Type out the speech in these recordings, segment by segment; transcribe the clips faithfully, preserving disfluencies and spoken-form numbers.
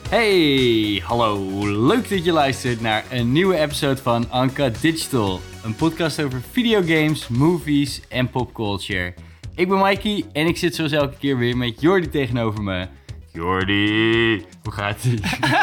Hey, hallo. Leuk dat je luistert naar een nieuwe episode van Uncut Digital. Een podcast over videogames, movies en popculture. Ik ben Mikey en ik zit zoals elke keer weer met Jordi tegenover me. Jordi, hoe gaat ie?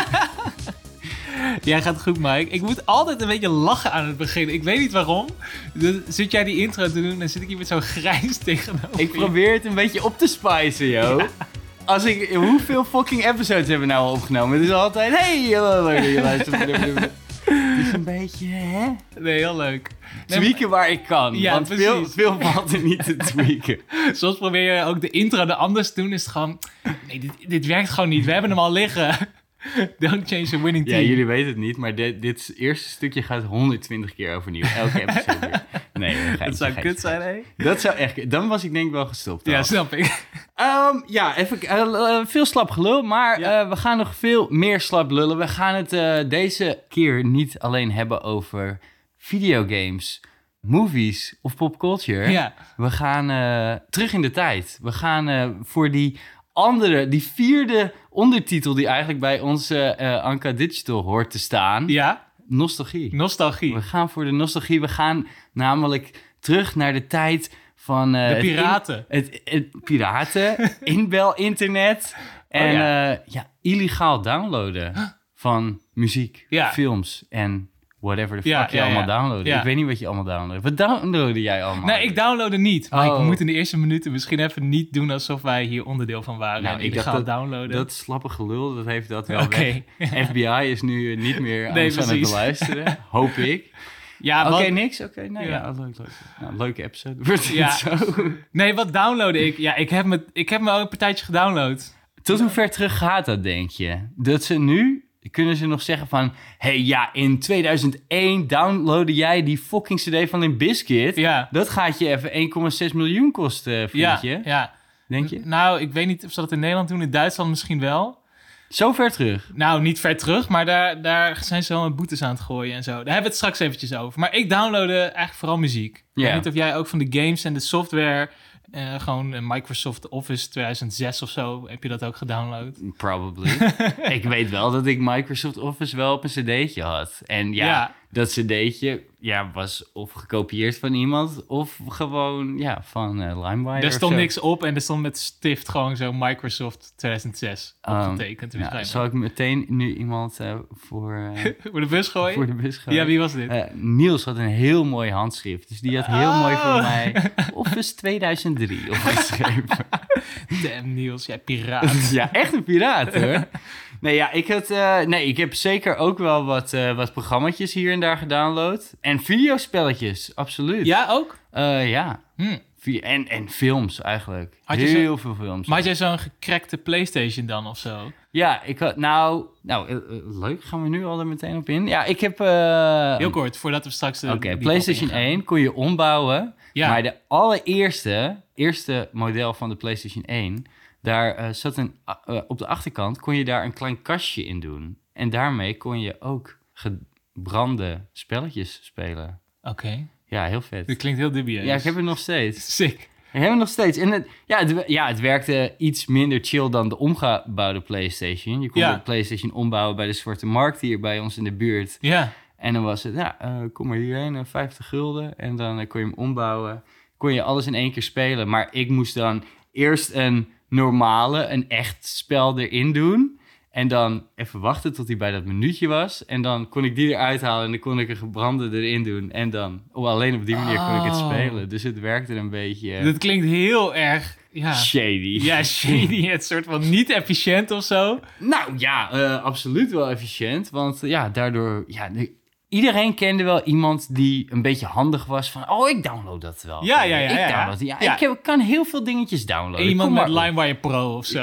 Ja, gaat goed, Mike. Ik moet altijd een beetje lachen aan het begin. Ik weet niet waarom. Dan zit jij die intro te doen en zit ik hier met zo'n grijns tegenover. Ik probeer het een beetje op te spicen, yo. Ja. Als ik, hoeveel fucking episodes hebben we nou al opgenomen? Het is altijd, hey, hallo, leuk dat je luistert. Het is een beetje, hè? Nee, heel leuk. Nee, tweaken maar... waar ik kan, ja, want veel, veel valt er niet te tweaken. Soms probeer je ook de intro de anders te doen, is het gewoon, nee, dit, dit werkt gewoon niet. We hebben hem al liggen. Don't change the winning team. Ja, jullie weten het niet, maar dit, dit eerste stukje gaat honderdtwintig keer overnieuw. Elke episode weer. Nee, geintje, dat zou geintje, kut zijn, hè? Dat zou echt... Dan was ik denk ik wel gestopt. Ja, al. snap ik. Um, ja, even uh, uh, veel slap gelul, maar ja. uh, we gaan nog veel meer slap lullen. We gaan het uh, deze keer niet alleen hebben over videogames, movies of popculture. Ja. We gaan uh, terug in de tijd. We gaan uh, voor die andere, die vierde ondertitel die eigenlijk bij onze uh, Uncut Digital hoort te staan. Ja. Nostalgie. Nostalgie. We gaan voor de nostalgie. We gaan namelijk terug naar de tijd van... Uh, de piraten. Het, in, het, het piraten, inbel-internet en oh, ja. Uh, ja, illegaal downloaden van muziek, ja. films en whatever the fuck ja, je ja, allemaal ja. downloaden. Ja. Ik weet niet wat je allemaal downloadt. Wat downloadde jij allemaal? Nee, ik downloadde niet. Maar oh. ik moet in de eerste minuten misschien even niet doen alsof wij hier onderdeel van waren. Nou, en ik ga dat, downloaden. Dat slappe gelul, dat heeft dat wel okay. weg. F B I is nu niet meer nee, aan het beluisteren, hoop ik. Ja, Oké, okay, wat... niks? Oké, okay, nee, ja. ja, leuk, leuk. Nou, leuke episode. Wordt ja. zo. Nee, wat downloadde ik? Ja, ik heb me, ik heb me al een partijtje gedownload. Tot hoe ver terug gaat dat, denk je? Dat ze nu... Kunnen ze nog zeggen van... Hey, ja, in tweeduizend één downloadde jij die fucking cd van Limp Bizkit. Ja. Dat gaat je even één komma zes miljoen kosten, vriendje. Ja, ja. Denk je? Nou, ik weet niet of ze dat in Nederland doen. In Duitsland misschien wel. Zo ver terug? Nou, niet ver terug, maar daar, daar zijn ze wel boetes aan het gooien en zo. Daar hebben we het straks eventjes over. Maar ik downloadde eigenlijk vooral muziek. Yeah. Ik weet niet of jij ook van de games en de software... Uh, gewoon Microsoft Office tweeduizend zes of zo. Heb je dat ook gedownload? Probably. Ik weet wel dat ik Microsoft Office wel op een cd'tje had. En ja, ja. dat cd'tje ja, was of gekopieerd van iemand... of gewoon ja, van uh, LimeWire. Er stond niks op en er stond met stift gewoon zo Microsoft tweeduizend zes opgetekend. Um, ja, zal ik meteen nu iemand uh, voor... Uh, voor de bus gooien? Voor de bus gooien. Ja, wie was dit? Uh, Niels had een heel mooi handschrift. Dus die had heel oh. mooi voor mij Office tweeduizend drie opgeschreven. Damn, Niels, jij piraat. Ja, echt een piraat, hoor. Nee, ja, ik, had, uh, nee, ik heb zeker ook wel wat, uh, wat programma's hier en daar gedownload. En videospelletjes, absoluut. Ja, ook? Uh, ja. Hm. En, en films eigenlijk. Had je heel zo, veel films. Maar had jij zo'n gekrekte PlayStation dan of zo? Ja, ik had... Nou, nou uh, leuk. Gaan we nu al er meteen op in? Ja, ik heb... Uh, heel kort, voordat we straks... Oké, okay, PlayStation één kon je ombouwen. Ja. Maar de allereerste eerste model van de PlayStation één... Daar uh, zat een... Uh, op de achterkant kon je daar een klein kastje in doen. En daarmee kon je ook gebrande spelletjes spelen. Oké. Okay. Ja, heel vet. Dat klinkt heel dubieus. Ja, ik heb het nog steeds. Sick. Ik heb het nog steeds. En het, ja, het, ja, het werkte iets minder chill dan de omgebouwde PlayStation. Je kon ja. de PlayStation ombouwen bij de Zwarte Markt hier bij ons in de buurt. Ja. En dan was het, ja, uh, kom maar hierheen, vijftig gulden. En dan uh, kon je hem ombouwen. Kon je alles in één keer spelen. Maar ik moest dan eerst een normale, een echt spel erin doen. En dan even wachten tot hij bij dat minuutje was. En dan kon ik die eruit halen en dan kon ik een gebrande erin doen. En dan, oh, alleen op die manier oh. kon ik het spelen. Dus het werkte een beetje... Dat klinkt heel erg... Ja. Shady. Ja, shady. Het soort van niet efficiënt of zo. Nou ja, uh, absoluut wel efficiënt. Want uh, ja, daardoor... Ja, de, iedereen kende wel iemand die een beetje handig was van... Oh, ik download dat wel. Ja, ja, ja. Ik, ja, download, ja. ja. ik heb, kan heel veel dingetjes downloaden. Iemand met LimeWire Pro of zo.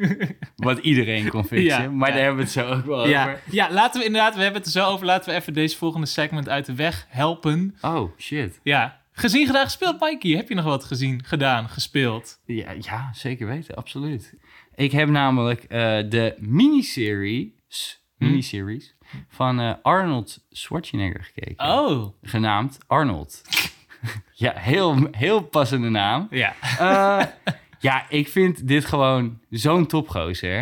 Wat iedereen kon fixen. Ja, maar ja. daar hebben we het zo ook wel ja. over. Ja, laten we inderdaad... We hebben het er zo over. Laten we even deze volgende segment uit de weg helpen. Oh, shit. Ja. Gezien, gedaan, gespeeld, Mikey. Heb je nog wat gezien, gedaan, gespeeld? Ja, ja zeker weten. Absoluut. Ik heb namelijk uh, de miniseries... Hm? Miniseries... van uh, Arnold Schwarzenegger gekeken. Oh. Genaamd Arnold. Ja, heel, heel passende naam. Ja. Uh, ja, ik vind dit gewoon zo'n topgozer.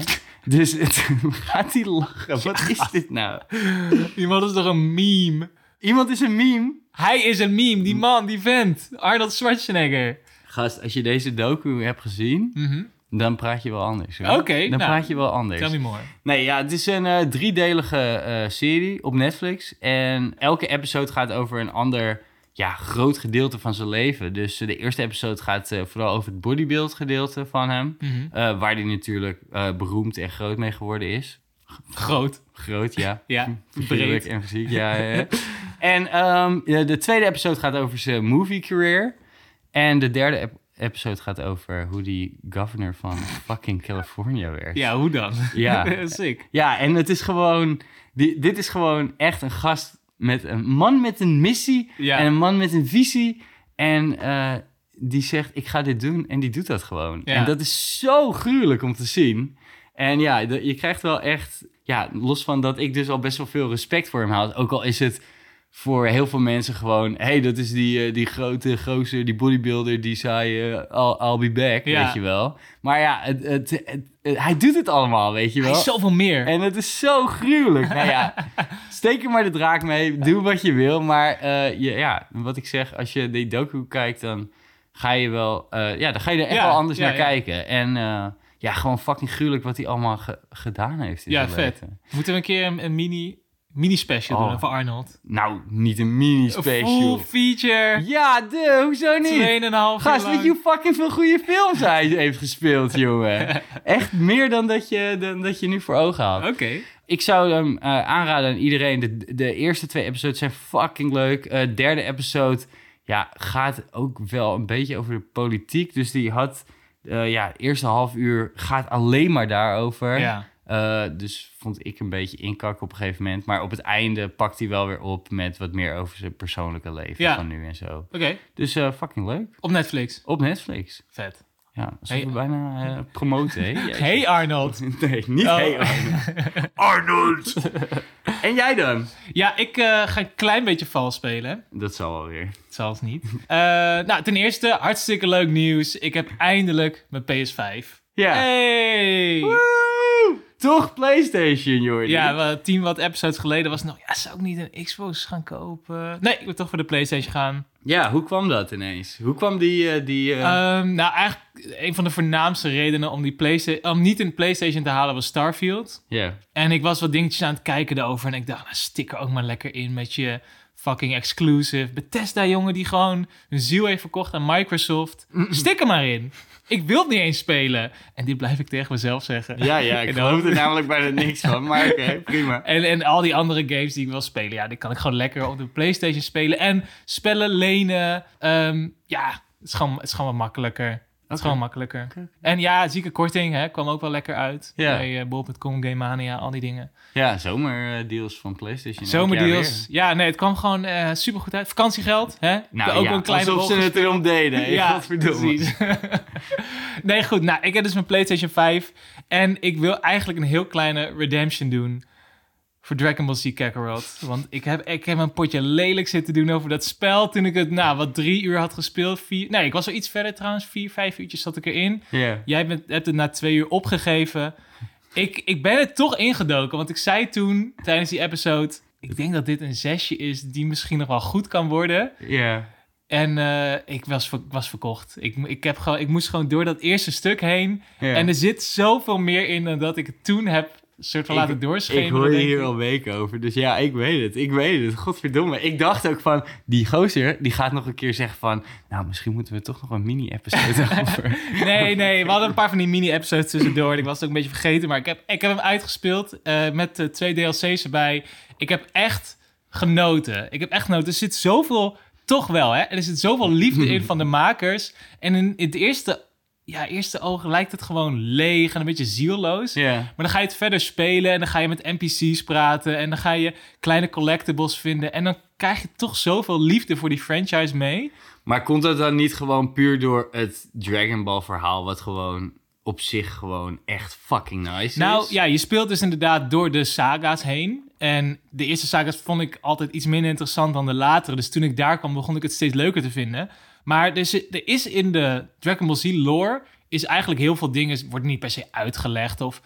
Dus het, gaat hij lachen? Wat ja. is dit nou? Iemand is toch een meme? Iemand is een meme? Hij is een meme, die man, die vent. Arnold Schwarzenegger. Gast, als je deze docu hebt gezien, mm-hmm. dan praat je wel anders. Oké. Okay, dan nou, praat je wel anders. Tell me more. Nee, ja, het is een uh, driedelige uh, serie op Netflix. En elke episode gaat over een ander ja, groot gedeelte van zijn leven. Dus uh, de eerste episode gaat uh, vooral over het bodybuild gedeelte van hem. Mm-hmm. Uh, waar hij natuurlijk uh, beroemd en groot mee geworden is. Groot. Groot, ja. Ja, breed. En fysiek, ja. ja. En um, de tweede episode gaat over zijn movie career. En de derde ep- episode gaat over hoe die governor van fucking California werd. Ja, hoe dan? Ja. Sick. Ja, en het is gewoon... Die, dit is gewoon echt een gast met een man met een missie. Ja. En een man met een visie. En uh, die zegt, ik ga dit doen. En die doet dat gewoon. Ja. En dat is zo gruwelijk om te zien. En ja, de, je krijgt wel echt... Ja, los van dat ik dus al best wel veel respect voor hem had. Ook al is het voor heel veel mensen gewoon... Hé, hey, dat is die, uh, die grote gozer, die bodybuilder... die zei, uh, I'll, I'll be back, ja. weet je wel. Maar ja, het, het, het, het, het, hij doet het allemaal, weet je wel. Hij is zoveel meer. En het is zo gruwelijk. Nou ja, steek er maar de draak mee. Doe wat je wil. Maar uh, je, ja, wat ik zeg, als je die docu kijkt... dan ga je wel... Uh, ja, dan ga je er echt ja, wel anders ja, naar ja. kijken. En... Uh, Ja, gewoon fucking gruwelijk wat hij allemaal ge- gedaan heeft. In ja, vet. Leven. Moeten we een keer een, een mini, mini special oh. doen voor Arnold? Nou, niet een mini special. Een full feature. Ja, de, hoezo niet? Tweeënhalf uur Gast, weet je hoe fucking veel goede films hij heeft gespeeld, jongen. Echt meer dan dat je, dan dat je nu voor ogen had. Oké. Okay. Ik zou hem uh, aanraden aan iedereen. De, de eerste twee episodes zijn fucking leuk. Uh, derde episode ja, gaat ook wel een beetje over de politiek. Dus die had... Uh, ja, het eerste half uur gaat alleen maar daarover. Ja. Uh, dus vond ik een beetje inkakken op een gegeven moment. Maar op het einde pakt hij wel weer op met wat meer over zijn persoonlijke leven ja. van nu en zo. Oké. Okay. Dus uh, fucking leuk. Op Netflix? Op Netflix. Vet. Ja, zullen hey. we bijna uh, promoten, hè? Hey Arnold! Nee, niet oh. Hey Arnold. Arnold! En jij dan? Ja, ik uh, ga een klein beetje vals spelen. Dat zal wel weer. Zelfs niet. uh, nou, ten eerste, hartstikke leuk nieuws. Ik heb eindelijk mijn P S vijf. Ja. Hey! Woe! Toch PlayStation, Jordi? Ja, tien wat episodes geleden was het nog... Ja, zou ik niet een Xbox gaan kopen? Nee, ik wil toch voor de PlayStation gaan. Ja, hoe kwam dat ineens? Hoe kwam die... Uh, die uh... Um, nou, eigenlijk een van de voornaamste redenen om, die Playsta- om niet een PlayStation te halen was Starfield. Ja. Yeah. En ik was wat dingetjes aan het kijken daarover. En ik dacht, nou, stik er ook maar lekker in met je fucking exclusive. Bethesda, jongen, die gewoon hun ziel heeft verkocht aan Microsoft. Stik er maar in. Ik wil het niet eens spelen. En dit blijf ik tegen mezelf zeggen. Ja, ja, ik geloof er namelijk bijna niks van. Maar oké, okay, prima. En, en al die andere games die ik wil spelen, ja, die kan ik gewoon lekker op de PlayStation spelen. En spellen lenen. Um, ja, het is, gewoon, het is gewoon wat makkelijker. Het is okay. gewoon makkelijker. Okay. En ja, zieke korting, hè, kwam ook wel lekker uit. Ja. Bij uh, bol punt com, Game Mania, al die dingen. Ja, zomerdeals van PlayStation. Zomerdeals. Ja, nee, het kwam gewoon uh, supergoed uit. Vakantiegeld, hè? Nou ook ja, een kleine alsof ze het erom deden. Ja, precies. Nee, goed. Nou, ik heb dus mijn PlayStation vijf. En ik wil eigenlijk een heel kleine redemption doen voor Dragon Ball Z Kakarot. Want ik heb, ik heb een potje lelijk zitten doen over dat spel. Toen ik het, nou, wat drie uur had gespeeld. Vier, nee, ik was wel iets verder trouwens. Vier, vijf uurtjes zat ik erin. Yeah. Jij bent, hebt het na twee uur opgegeven. Ik, ik ben er toch ingedoken. Want ik zei toen, tijdens die episode... Ik denk dat dit een zesje is die misschien nog wel goed kan worden. Ja. Yeah. En uh, ik was, was verkocht. Ik, ik, heb gewoon, ik moest gewoon door dat eerste stuk heen. Yeah. En er zit zoveel meer in dan dat ik het toen heb... soort van ik, laten doorschemeren. Ik hoor je hier al weken over. Dus ja, ik weet het. Ik weet het. Godverdomme. Ik dacht ook van... Die gozer, die gaat nog een keer zeggen van... Nou, misschien moeten we toch nog een mini-episode over. Nee, nee. We hadden een paar van die mini-episodes tussendoor. Ik was het ook een beetje vergeten. Maar ik heb, ik heb hem uitgespeeld. Uh, met uh, twee D L C's erbij. Ik heb echt genoten. Ik heb echt genoten. Er zit zoveel... Toch wel, hè? Er zit zoveel liefde in van de makers. En in, in het eerste... Ja, eerste ogen lijkt het gewoon leeg en een beetje zielloos. Yeah. Maar dan ga je het verder spelen en dan ga je met N P C's praten... en dan ga je kleine collectibles vinden... en dan krijg je toch zoveel liefde voor die franchise mee. Maar komt dat dan niet gewoon puur door het Dragon Ball verhaal... wat gewoon op zich gewoon echt fucking nice is? Nou ja, je speelt dus inderdaad door de saga's heen... En de eerste saga's vond ik altijd iets minder interessant dan de latere. Dus toen ik daar kwam, begon ik het steeds leuker te vinden... Maar er is, er is in de Dragon Ball Z lore... is eigenlijk heel veel dingen... wordt niet per se uitgelegd of...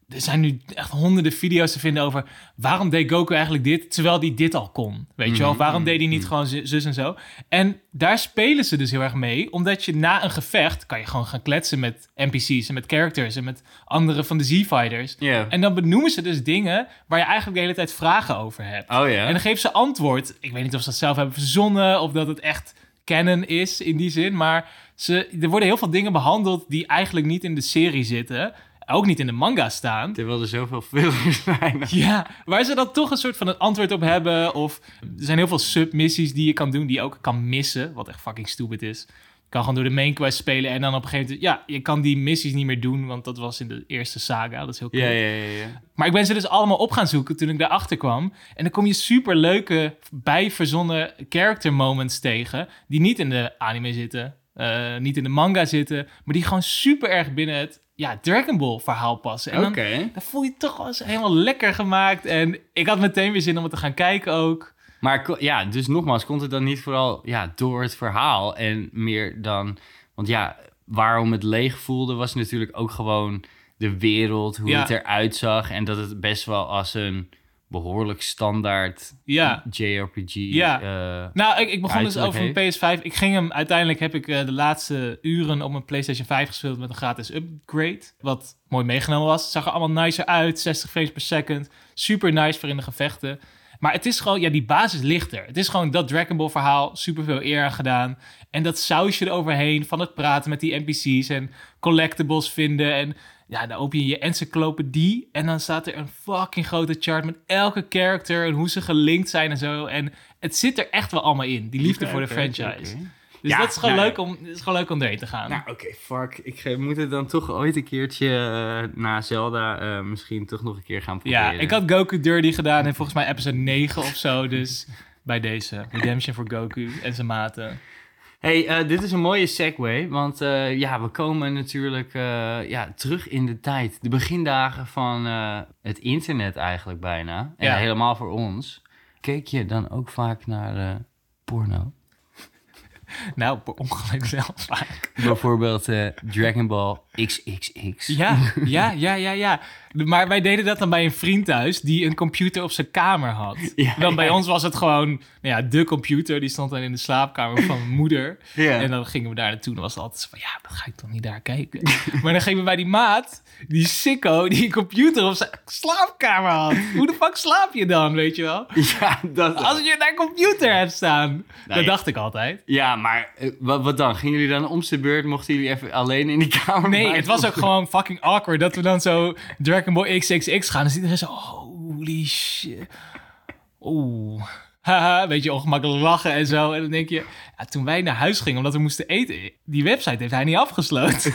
er zijn nu echt honderden video's te vinden over waarom deed Goku eigenlijk dit, terwijl hij dit al kon. Weet mm-hmm. je wel, waarom deed hij niet gewoon zus en zo? En daar spelen ze dus heel erg mee, omdat je na een gevecht kan je gewoon gaan kletsen met N P C's en met characters en met andere van de Z-fighters. Yeah. En dan benoemen ze dus dingen waar je eigenlijk de hele tijd vragen over hebt. Oh, yeah. En dan geven ze antwoord. Ik weet niet of ze dat zelf hebben verzonnen of dat het echt canon is in die zin, maar ze, er worden heel veel dingen behandeld die eigenlijk niet in de serie zitten. Ook niet in de manga staan. Terwijl er zoveel fillers zijn. Ja, waar ze dan toch een soort van een antwoord op hebben. Of er zijn heel veel submissies die je kan doen, die je ook kan missen. Wat echt fucking stupid is. Je kan gewoon door de main quest spelen en dan op een gegeven moment... Ja, je kan die missies niet meer doen, want dat was in de eerste saga. Dat is heel cool. Ja, ja, ja, ja. Maar ik ben ze dus allemaal op gaan zoeken toen ik daarachter kwam. En dan kom je super leuke, bijverzonnen character moments tegen, die niet in de anime zitten. Uh, niet in de manga zitten, maar die gewoon super erg binnen het ja, Dragon Ball verhaal passen. En dan, okay. dan voel je het toch wel eens helemaal lekker gemaakt. En ik had meteen weer zin om het te gaan kijken ook. Maar ja, dus nogmaals, komt het dan niet vooral ja, door het verhaal en meer dan... Want ja, waarom het leeg voelde was natuurlijk ook gewoon de wereld, hoe ja. het eruit zag. En dat het best wel als een behoorlijk standaard ja. J R P G... Ja. Uh, nou, ik, ik begon dus over heeft. een P S vijf. Ik ging hem, uiteindelijk heb ik uh, de laatste uren op mijn PlayStation vijf gespeeld met een gratis upgrade. Wat mooi meegenomen was. Het zag er allemaal nicer uit, zestig frames per second. Super nice voor in de gevechten. Maar het is gewoon, ja, die basis ligt er. Het is gewoon dat Dragon Ball verhaal, super veel eer aan gedaan. En dat sausje eroverheen van het praten met die N P C's en collectibles vinden. En ja, dan open je je encyclopedie en dan staat er een fucking grote chart met elke character en hoe ze gelinkt zijn en zo. En het zit er echt wel allemaal in, die liefde okay, voor de okay, franchise. Okay. Dus ja, dat is gewoon, nou, leuk om, is gewoon leuk om erin te gaan. Nou, oké, okay, fuck. Ik moet het dan toch ooit een keertje uh, na Zelda uh, misschien toch nog een keer gaan proberen. Ja, ik had Goku Dirty gedaan in volgens mij episode negen of zo. Dus bij deze. Redemption voor Goku en zijn maten. Hey, uh, dit is een mooie segue, want uh, ja, we komen natuurlijk uh, ja, terug in de tijd. De begindagen van uh, het internet eigenlijk bijna. En ja. helemaal voor ons. Keek je dan ook vaak naar uh, porno? Nou, per ongeluk wel vaak. Bijvoorbeeld uh, Dragon Ball X X X. Ja, ja, ja, ja, ja. Maar wij deden dat dan bij een vriend thuis die een computer op zijn kamer had. Ja, dan bij ja. ons was het gewoon, nou ja, de computer. Die stond dan in de slaapkamer van mijn moeder. Ja. En dan gingen we daar naartoe. En dan was het altijd zo van, ja, dan ga ik toch niet daar kijken. Maar dan gingen we bij die maat, die sicko, die een computer op zijn slaapkamer had. Hoe de fuck slaap je dan, weet je wel? Ja, dat Als je daar een computer hebt staan. Nou, dat ja. dacht ik altijd. Ja, maar uh, wat, wat dan? Gingen jullie dan om zijn beurt? Mochten jullie even alleen in die kamer? Nee, het was ook gewoon fucking awkward dat we dan zo Dragon Ball X X X gaan. Dan zit iedereen zo, holy shit. Oeh. Haha, weet je, ongemakkelijk lachen en zo. En dan denk je, ja, toen wij naar huis gingen omdat we moesten eten, die website heeft hij niet afgesloten.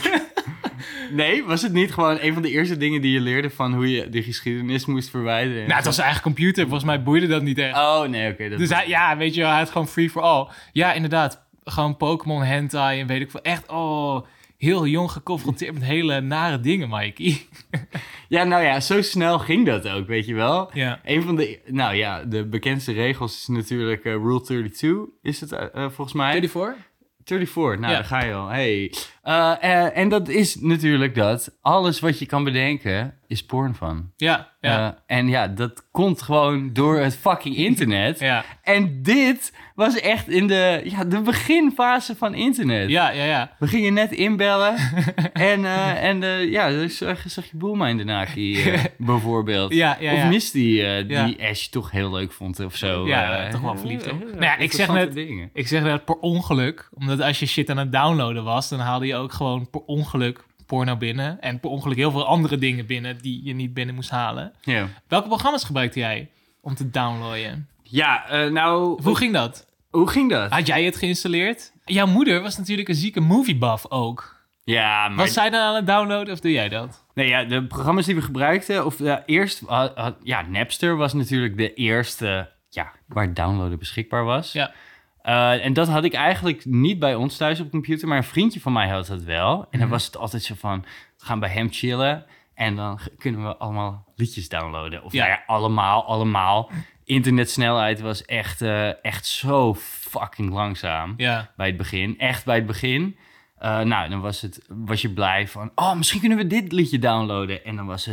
Nee, was het niet gewoon een van de eerste dingen die je leerde van hoe je de geschiedenis moest verwijderen? Nou, het was zijn eigen computer. Volgens mij boeide dat niet echt. Oh, nee, oké. Okay, dus hij, ja, weet je wel, hij had gewoon free for all. Ja, inderdaad. Gewoon Pokémon hentai en weet ik veel. Echt, oh, heel jong geconfronteerd met hele nare dingen, Mikey. Ja, nou ja, zo snel ging dat ook, weet je wel. Ja. Een van de, nou ja, de bekendste regels is natuurlijk uh, Rule thirty-two, is het uh, volgens mij. thirty-four? thirty-four, nou, ja. Daar ga je al. Hey. Uh, uh, en dat is natuurlijk dat alles wat je kan bedenken is porn van. Ja, ja. Uh, en ja, dat komt gewoon door het fucking internet. Ja. En dit was echt in de, ja, de beginfase van internet. Ja, ja, ja. We gingen net inbellen en, uh, en uh, ja, dus zag, zag je Bulma in de Naki uh, bijvoorbeeld. Ja, ja, ja. Of Misty, uh, die ja. Ash toch heel leuk vond of zo. Ja, uh, toch wel verliefd op. Uh, uh, nou ja, ik zeg net, dingen. ik zeg net per ongeluk, omdat als je shit aan het downloaden was, dan haalde je ook gewoon per ongeluk porno binnen. En per ongeluk heel veel andere dingen binnen die je niet binnen moest halen. Ja. Welke programma's gebruikte jij om te downloaden? Ja, uh, nou... Hoe ging dat? Hoe ging dat? Had jij het geïnstalleerd? Jouw moeder was natuurlijk een zieke movie buff ook. Ja, maar... Was zij dan aan het downloaden of doe jij dat? Nee, ja, de programma's die we gebruikten... Of ja, eerst... Uh, uh, ja, Napster was natuurlijk de eerste... Ja, waar downloaden beschikbaar was. Ja. Uh, en dat had ik eigenlijk niet bij ons thuis op de computer, maar een vriendje van mij had dat wel. En mm-hmm. dan was het altijd zo van, we gaan bij hem chillen en dan g- kunnen we allemaal liedjes downloaden. Of ja, nou ja allemaal, allemaal. Internetsnelheid was echt, uh, echt zo fucking langzaam ja. bij het begin. Echt bij het begin. Uh, nou, dan was, het, was je blij van, oh, misschien kunnen we dit liedje downloaden. En dan was het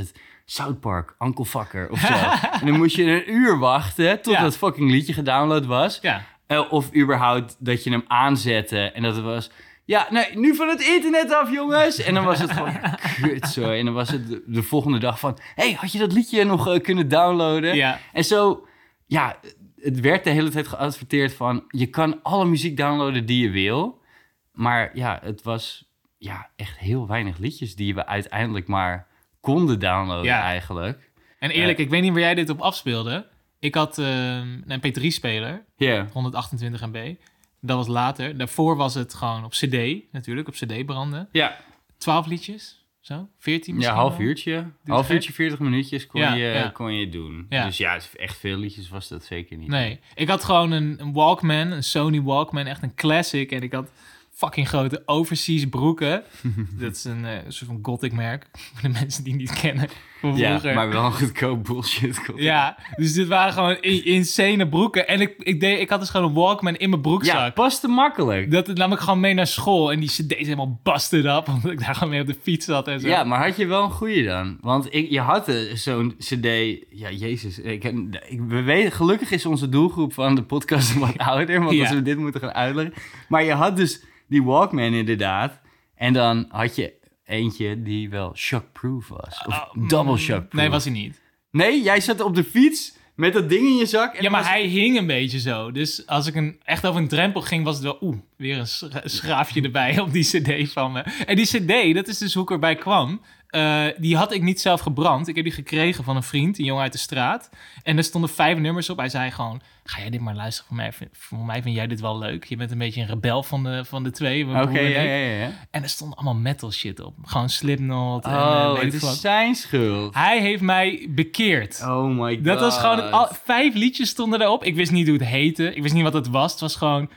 South Park, Uncle Fucker of zo. En dan moest je een uur wachten tot Ja. dat fucking liedje gedownload was. Ja. Uh, of überhaupt dat je hem aanzette en dat het was... Ja, nee, nu van het internet af, jongens. En dan was het gewoon kut zo. En dan was het de, de volgende dag van... hey, had je dat liedje nog uh, kunnen downloaden? Ja. En zo, ja, het werd de hele tijd geadverteerd van... je kan alle muziek downloaden die je wil. Maar ja, het was ja, echt heel weinig liedjes die we uiteindelijk maar konden downloaden Ja. eigenlijk. En eerlijk, Uh, ik weet niet waar jij dit op afspeelde. Ik had uh, een M P drie speler, Ja. Yeah. honderdachtentwintig megabyte. Dat was later. Daarvoor was het gewoon op cd, natuurlijk, op cd branden. Ja. twaalf liedjes, zo, veertien misschien Ja, half wel. uurtje. Half gek? uurtje, veertig minuutjes kon, Ja, je, ja. kon je doen. Ja. Dus ja, echt veel liedjes was dat zeker niet. Nee, ik had gewoon een, een Walkman, een Sony Walkman, echt een classic. En ik had fucking grote overseas broeken. Dat is een uh, soort van gothic merk, voor de mensen die het niet kennen. Van Ja, vroeger. maar wel een goedkoop bullshit. Ja, dus dit waren gewoon in- insane broeken. En ik, ik, deed, ik had dus gewoon een Walkman in mijn broekzak. Ja, pas te makkelijk. Dat nam ik gewoon mee naar school. En die cd's helemaal busted up. Omdat ik daar gewoon mee op de fiets zat en zo. Ja, maar had je wel een goeie dan? Want ik, je had uh, zo'n cd... Ja, jezus. Ik, ik, we weten, gelukkig is onze doelgroep van de podcast wat ouder. Want Ja. als we dit moeten gaan uitleggen. Maar je had dus die Walkman inderdaad. En dan had je eentje die wel shockproof was. Of Oh, double mm, shockproof. Nee, was hij niet. Nee, jij zat op de fiets met dat ding in je zak. En Ja, maar was- hij hing een beetje zo. Dus als ik een, echt over een drempel ging, was het wel... Oeh, weer een schra- schraafje erbij op die cd van me. En die cd, dat is dus hoe ik erbij kwam. Uh, die had ik niet zelf gebrand. Ik heb die gekregen van een vriend, een jongen uit de straat. En er stonden vijf nummers op. Hij zei gewoon, ga jij dit maar luisteren? Voor mij, vind- voor mij vind jij dit wel leuk. Je bent een beetje een rebel van de, van de twee. mijn Oké, broer en ja, ik. ja, ja. En er stond allemaal metal shit op. Gewoon Slipknot en uh, Oh, weet het ik wat. is zijn schuld. Hij heeft mij bekeerd. Oh my god. Dat was gewoon... Het, al, vijf liedjes stonden daarop. Ik wist niet hoe het heette. Ik wist niet wat het was. Het was gewoon...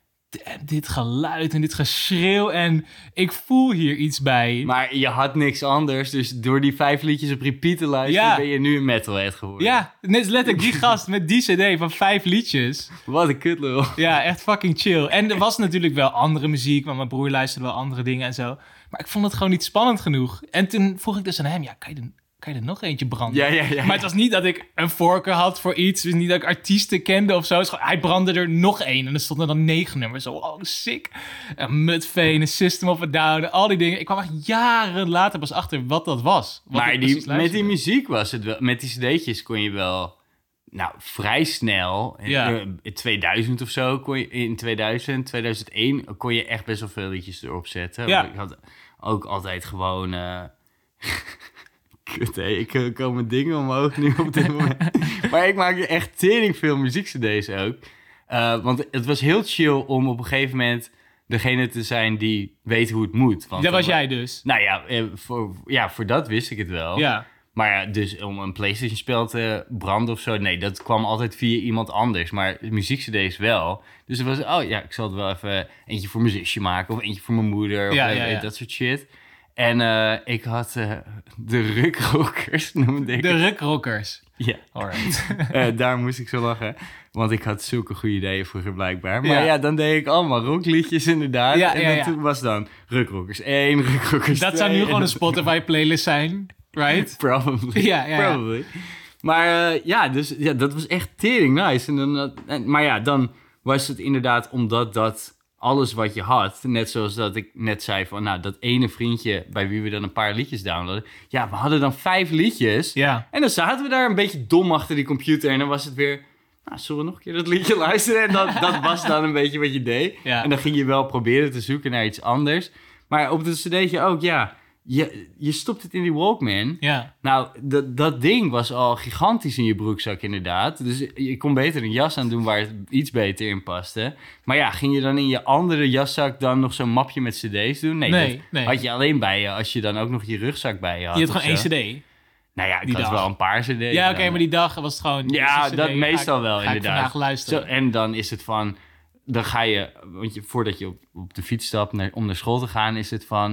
d- Dit geluid en dit geschreeuw. En ik voel hier iets bij. Maar je had niks anders, dus door die vijf liedjes op repeat te luisteren... Ja. ben je nu een metalhead geworden. Ja, net letterlijk die gast met die cd van vijf liedjes. Wat een kutlul. Ja, echt fucking chill. En er was natuurlijk wel andere muziek, want mijn broer luisterde wel andere dingen en zo. Maar ik vond het gewoon niet spannend genoeg. En toen vroeg ik dus aan hem, ja, kan je er, kan je er nog eentje branden? Ja, ja, ja. Maar het was niet dat ik een voorkeur had voor iets. Het was niet dat ik artiesten kende of zo. Het is gewoon, hij brandde er nog één. En er stonden dan negen nummers. Zo, oh, sick. En Mudvayne, een System of a Down, al die dingen. Ik kwam echt jaren later pas achter wat dat was. Wat Maar ik die, precies met die luisterde. muziek was het wel... Met die cd'tjes kon je wel... Nou, vrij snel. Ja. In, in tweeduizend of zo kon je... In tweeduizend, tweeduizend één kon je echt best wel veel liedjes erop zetten. Ja. Ik had ook altijd gewoon... Uh... Kut, hé. Ik uh, komen dingen omhoog nu op dit moment. Maar ik maakte echt tering veel muziekcd's ook. Uh, want het was heel chill om op een gegeven moment... degene te zijn die weet hoe het moet. Want Dat was dan- jij dus. Nou ja, eh, voor, ja, voor dat wist ik het wel. Ja. Maar ja, dus om een PlayStation-spel te branden of zo... nee, dat kwam altijd via iemand anders. Maar muziekcd's wel. Dus er was, oh ja, ik zal het wel even eentje voor mijn zusje maken... of eentje voor mijn moeder, of Ja, eh, ja, ja. dat soort shit. En uh, ik had uh, de Rukrockers, noemde ik De het. Rukrockers. Ja, Alright. uh, daar moest ik zo lachen. Want ik had zulke goede ideeën vroeger blijkbaar. Maar Ja. ja, dan deed ik allemaal rockliedjes inderdaad. Ja, en ja, dan ja. toen was dan Rukrockers één, Rukrockers Dat zou twee, nu en gewoon een dan- Spotify-playlist zijn. Right? Probably. Ja, ja, ja. Probably. Maar uh, ja, dus ja, dat was echt tering nice. En dan, dat- en, maar ja, dan was het inderdaad omdat dat alles wat je had... net zoals dat ik net zei van... nou, dat ene vriendje bij wie we dan een paar liedjes downloaden... ja, we hadden dan vijf liedjes. Ja. En dan zaten we daar een beetje dom achter die computer... en dan was het weer... nou, zullen we nog een keer dat liedje luisteren? En dat, dat was dan een beetje wat je deed. Ja. En dan ging je wel proberen te zoeken naar iets anders. Maar op het cd'tje ook, ja... Je, je stopt het in die Walkman. Ja. Nou, dat, dat ding was al gigantisch in je broekzak inderdaad. Dus je kon beter een jas aan doen waar het iets beter in paste. Maar ja, ging je dan in je andere jaszak dan nog zo'n mapje met cd's doen? Nee, Nee, dat nee. had je alleen bij je als je dan ook nog je rugzak bij je had. Je had of gewoon zo. één cd. Nou ja, ik die had dag. wel een paar cd's. Ja, oké, dan. maar die dag was het gewoon... Ja, deze C D dat ga meestal ik- wel ga ik inderdaad. vandaag luisteren. Zo, en dan is het van... Dan ga je... Want je, voordat je op, op de fiets stapt naar, om naar school te gaan... is het van...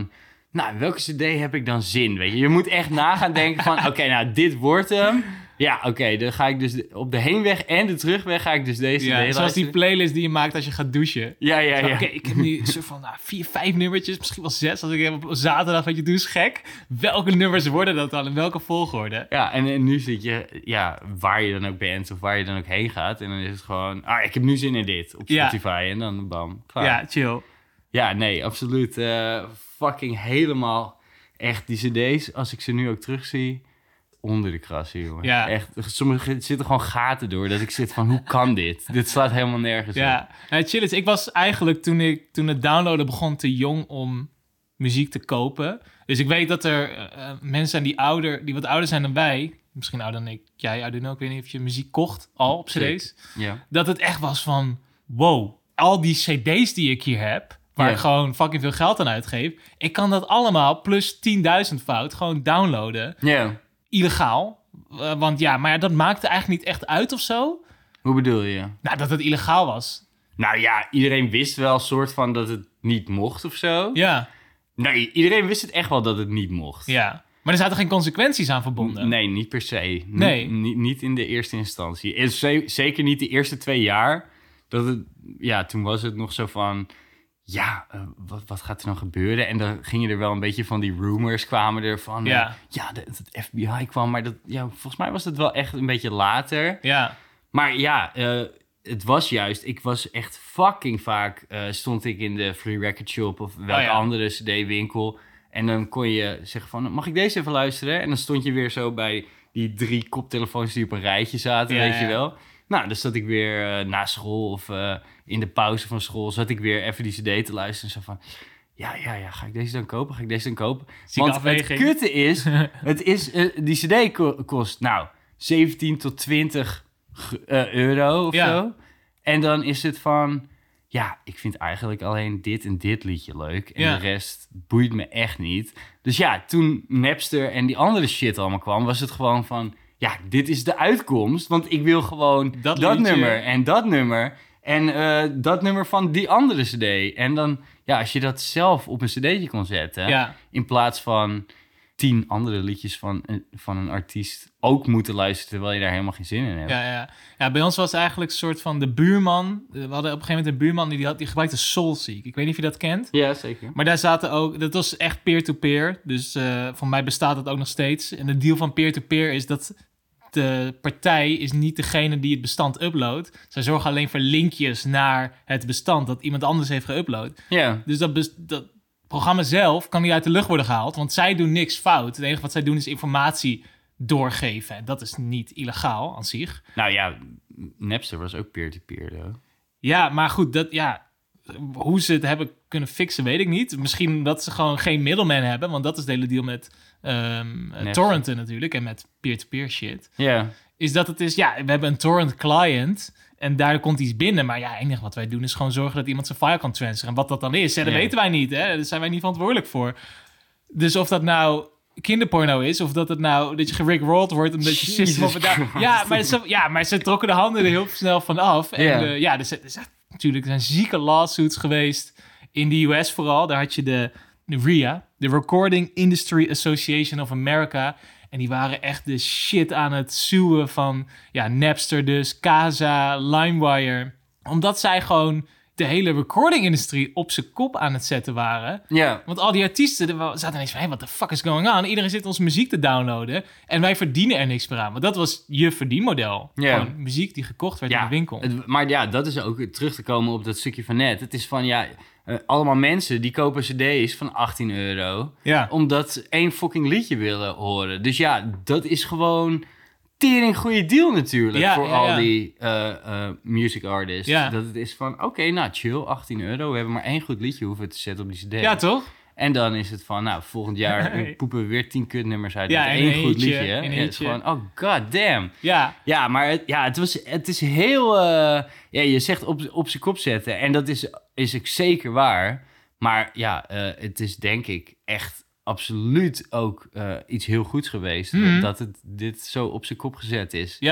nou, welke cd heb ik dan zin? Weet je, je moet echt na gaan denken van, oké, okay, nou, dit wordt hem. Ja, oké, okay, dan ga ik dus de, op de heenweg en de terugweg ga ik dus deze ja, cd luisteren. Zoals die playlist die je maakt als je gaat douchen. Ja, ja, ja. Oké, okay, ik heb nu een soort van nou, vier, vijf nummertjes, misschien wel zes. Als ik heb op zaterdag wat je doet, is gek. Welke nummers worden dat dan? In welke volgorde? Ja, en, en nu zit je, ja, waar je dan ook bent of waar je dan ook heen gaat. En dan is het gewoon, ah, ik heb nu zin in dit op Spotify. Ja. En dan bam, klaar. Ja, chill. Ja, nee, absoluut. Uh, fucking helemaal echt die cd's, als ik ze nu ook terugzie, onder de krassen, jongen. Ja. Echt, sommige zitten gewoon gaten door, dat ik zit van, hoe kan dit? Dit slaat helemaal nergens ja. op. Ja, chill is, ik was eigenlijk, toen, ik, toen het downloaden begon, te jong om muziek te kopen. Dus ik weet dat er uh, mensen zijn die, ouder, die wat ouder zijn dan wij, misschien ouder dan ik, jij ouder dan ook, ik weet niet of je muziek kocht al op cd's. Ja. Dat het echt was van, wow, al die cd's die ik hier heb, waar yeah. ik gewoon fucking veel geld aan uitgeef, ik kan dat allemaal plus tienduizend fout gewoon downloaden. Ja. Yeah. Illegaal. Uh, want ja, maar dat maakte eigenlijk niet echt uit of zo. Hoe bedoel je? Nou, dat het illegaal was. Nou ja, iedereen wist wel soort van dat het niet mocht of zo. Ja. Nee, iedereen wist het echt wel dat het niet mocht. Ja. Maar er zaten geen consequenties aan verbonden. Nee, niet per se. Nee. Niet, niet, niet in de eerste instantie. En zeker niet de eerste twee jaar. Dat het, ja, toen was het nog zo van, ja, uh, wat, wat gaat er dan gebeuren? En dan gingen er wel een beetje van die rumors kwamen er van, ja, uh, ja de, het F B I kwam, maar dat, ja, volgens mij was het wel echt een beetje later. Ja. Maar ja, uh, het was juist, ik was echt fucking vaak, uh, stond ik in de Free Record Shop of welke oh, ja. andere cd-winkel. En dan kon je zeggen van, mag ik deze even luisteren? En dan stond je weer zo bij die drie koptelefoons die op een rijtje zaten, ja, weet ja. je wel. Nou, dan zat ik weer uh, na school of uh, in de pauze van school, zat ik weer even die cd te luisteren. En zo van, ja, ja, ja, ga ik deze dan kopen? Ga ik deze dan kopen? Zieke Want afweging. Het kutte is, het is uh, die cd ko- kost, nou, zeventien tot twintig uh, euro of ja. zo. En dan is het van, ja, ik vind eigenlijk alleen dit en dit liedje leuk. En ja. de rest boeit me echt niet. Dus ja, toen Napster en die andere shit allemaal kwam, was het gewoon van, ja, dit is de uitkomst. Want ik wil gewoon dat, dat nummer en dat nummer. En uh, dat nummer van die andere cd. En dan, ja, als je dat zelf op een cd'tje kon zetten, ja. in plaats van tien andere liedjes van, van een artiest ook moeten luisteren, terwijl je daar helemaal geen zin in hebt. Ja, ja. ja, bij ons was het eigenlijk een soort van de buurman. We hadden op een gegeven moment een buurman die, had, die gebruikte Soulseek. Ik weet niet of je dat kent. Ja, zeker. Maar daar zaten ook, dat was echt peer-to-peer. Dus uh, voor mij bestaat dat ook nog steeds. En het deal van peer-to-peer is dat de partij is niet degene die het bestand uploadt. Zij zorgen alleen voor linkjes naar het bestand dat iemand anders heeft geüpload. Ja. Dus dat, bes- dat programma zelf kan niet uit de lucht worden gehaald, want zij doen niks fout. Het enige wat zij doen is informatie doorgeven. En dat is niet illegaal aan zich. Nou ja, Napster was ook peer-to-peer, though. Ja, maar goed, dat, ja, hoe ze het hebben kunnen fixen, weet ik niet. Misschien dat ze gewoon geen middleman hebben, want dat is de hele deal met um, torrenten natuurlijk en met peer-to-peer shit. Ja. Yeah. Is dat het is, ja, we hebben een torrent client en daar komt iets binnen. Maar ja, het enige wat wij doen is gewoon zorgen dat iemand zijn file kan transferen. En wat dat dan is, hè, dat yeah. weten wij niet. Hè? Daar zijn wij niet verantwoordelijk voor. Dus of dat nou kinderporno is, of dat het nou dat je gerickrolled wordt omdat je system op da- ja, maar ze, ja, maar ze trokken de handen er heel snel van af. En yeah. uh, ja, er zijn, er zijn natuurlijk er zijn zieke lawsuits geweest in de U S vooral. Daar had je de, de R I A, de Recording Industry Association of America. En die waren echt de shit aan het suwen van ja, Napster dus, Kazaa, LimeWire. Omdat zij gewoon de hele recording-industrie op zijn kop aan het zetten waren. Ja. Want al die artiesten zaten ineens van, hey, what the fuck is going on? Iedereen zit onze muziek te downloaden en wij verdienen er niks meer aan. Want dat was je verdienmodel. Ja. Gewoon muziek die gekocht werd ja, in de winkel. Het, maar ja, dat is ook terug te komen op dat stukje van net. Het is van, ja, uh, allemaal mensen die kopen cd's van achttien euro. Ja. Omdat ze één fucking liedje willen horen. Dus ja, dat is gewoon tering goede deal natuurlijk ja, voor ja, al ja. die uh, uh, music artists. Ja. Dat het is van, oké, okay, nou chill, achttien euro. We hebben maar één goed liedje hoeven te zetten op die cd. Ja, toch? En dan is het van, nou, volgend jaar hey. poepen we weer tien kutnummers uit. Ja, met één goed eentje, liedje. Hè? Ja, het is gewoon, oh god damn. Ja. Ja, maar het, ja, het, was, het is heel, uh, ja, je zegt op, op zijn kop zetten. En dat is, is ook zeker waar. Maar ja, uh, het is denk ik echt absoluut ook uh, iets heel goeds geweest. Mm-hmm. Dat het dit zo op zijn kop gezet is. Ja.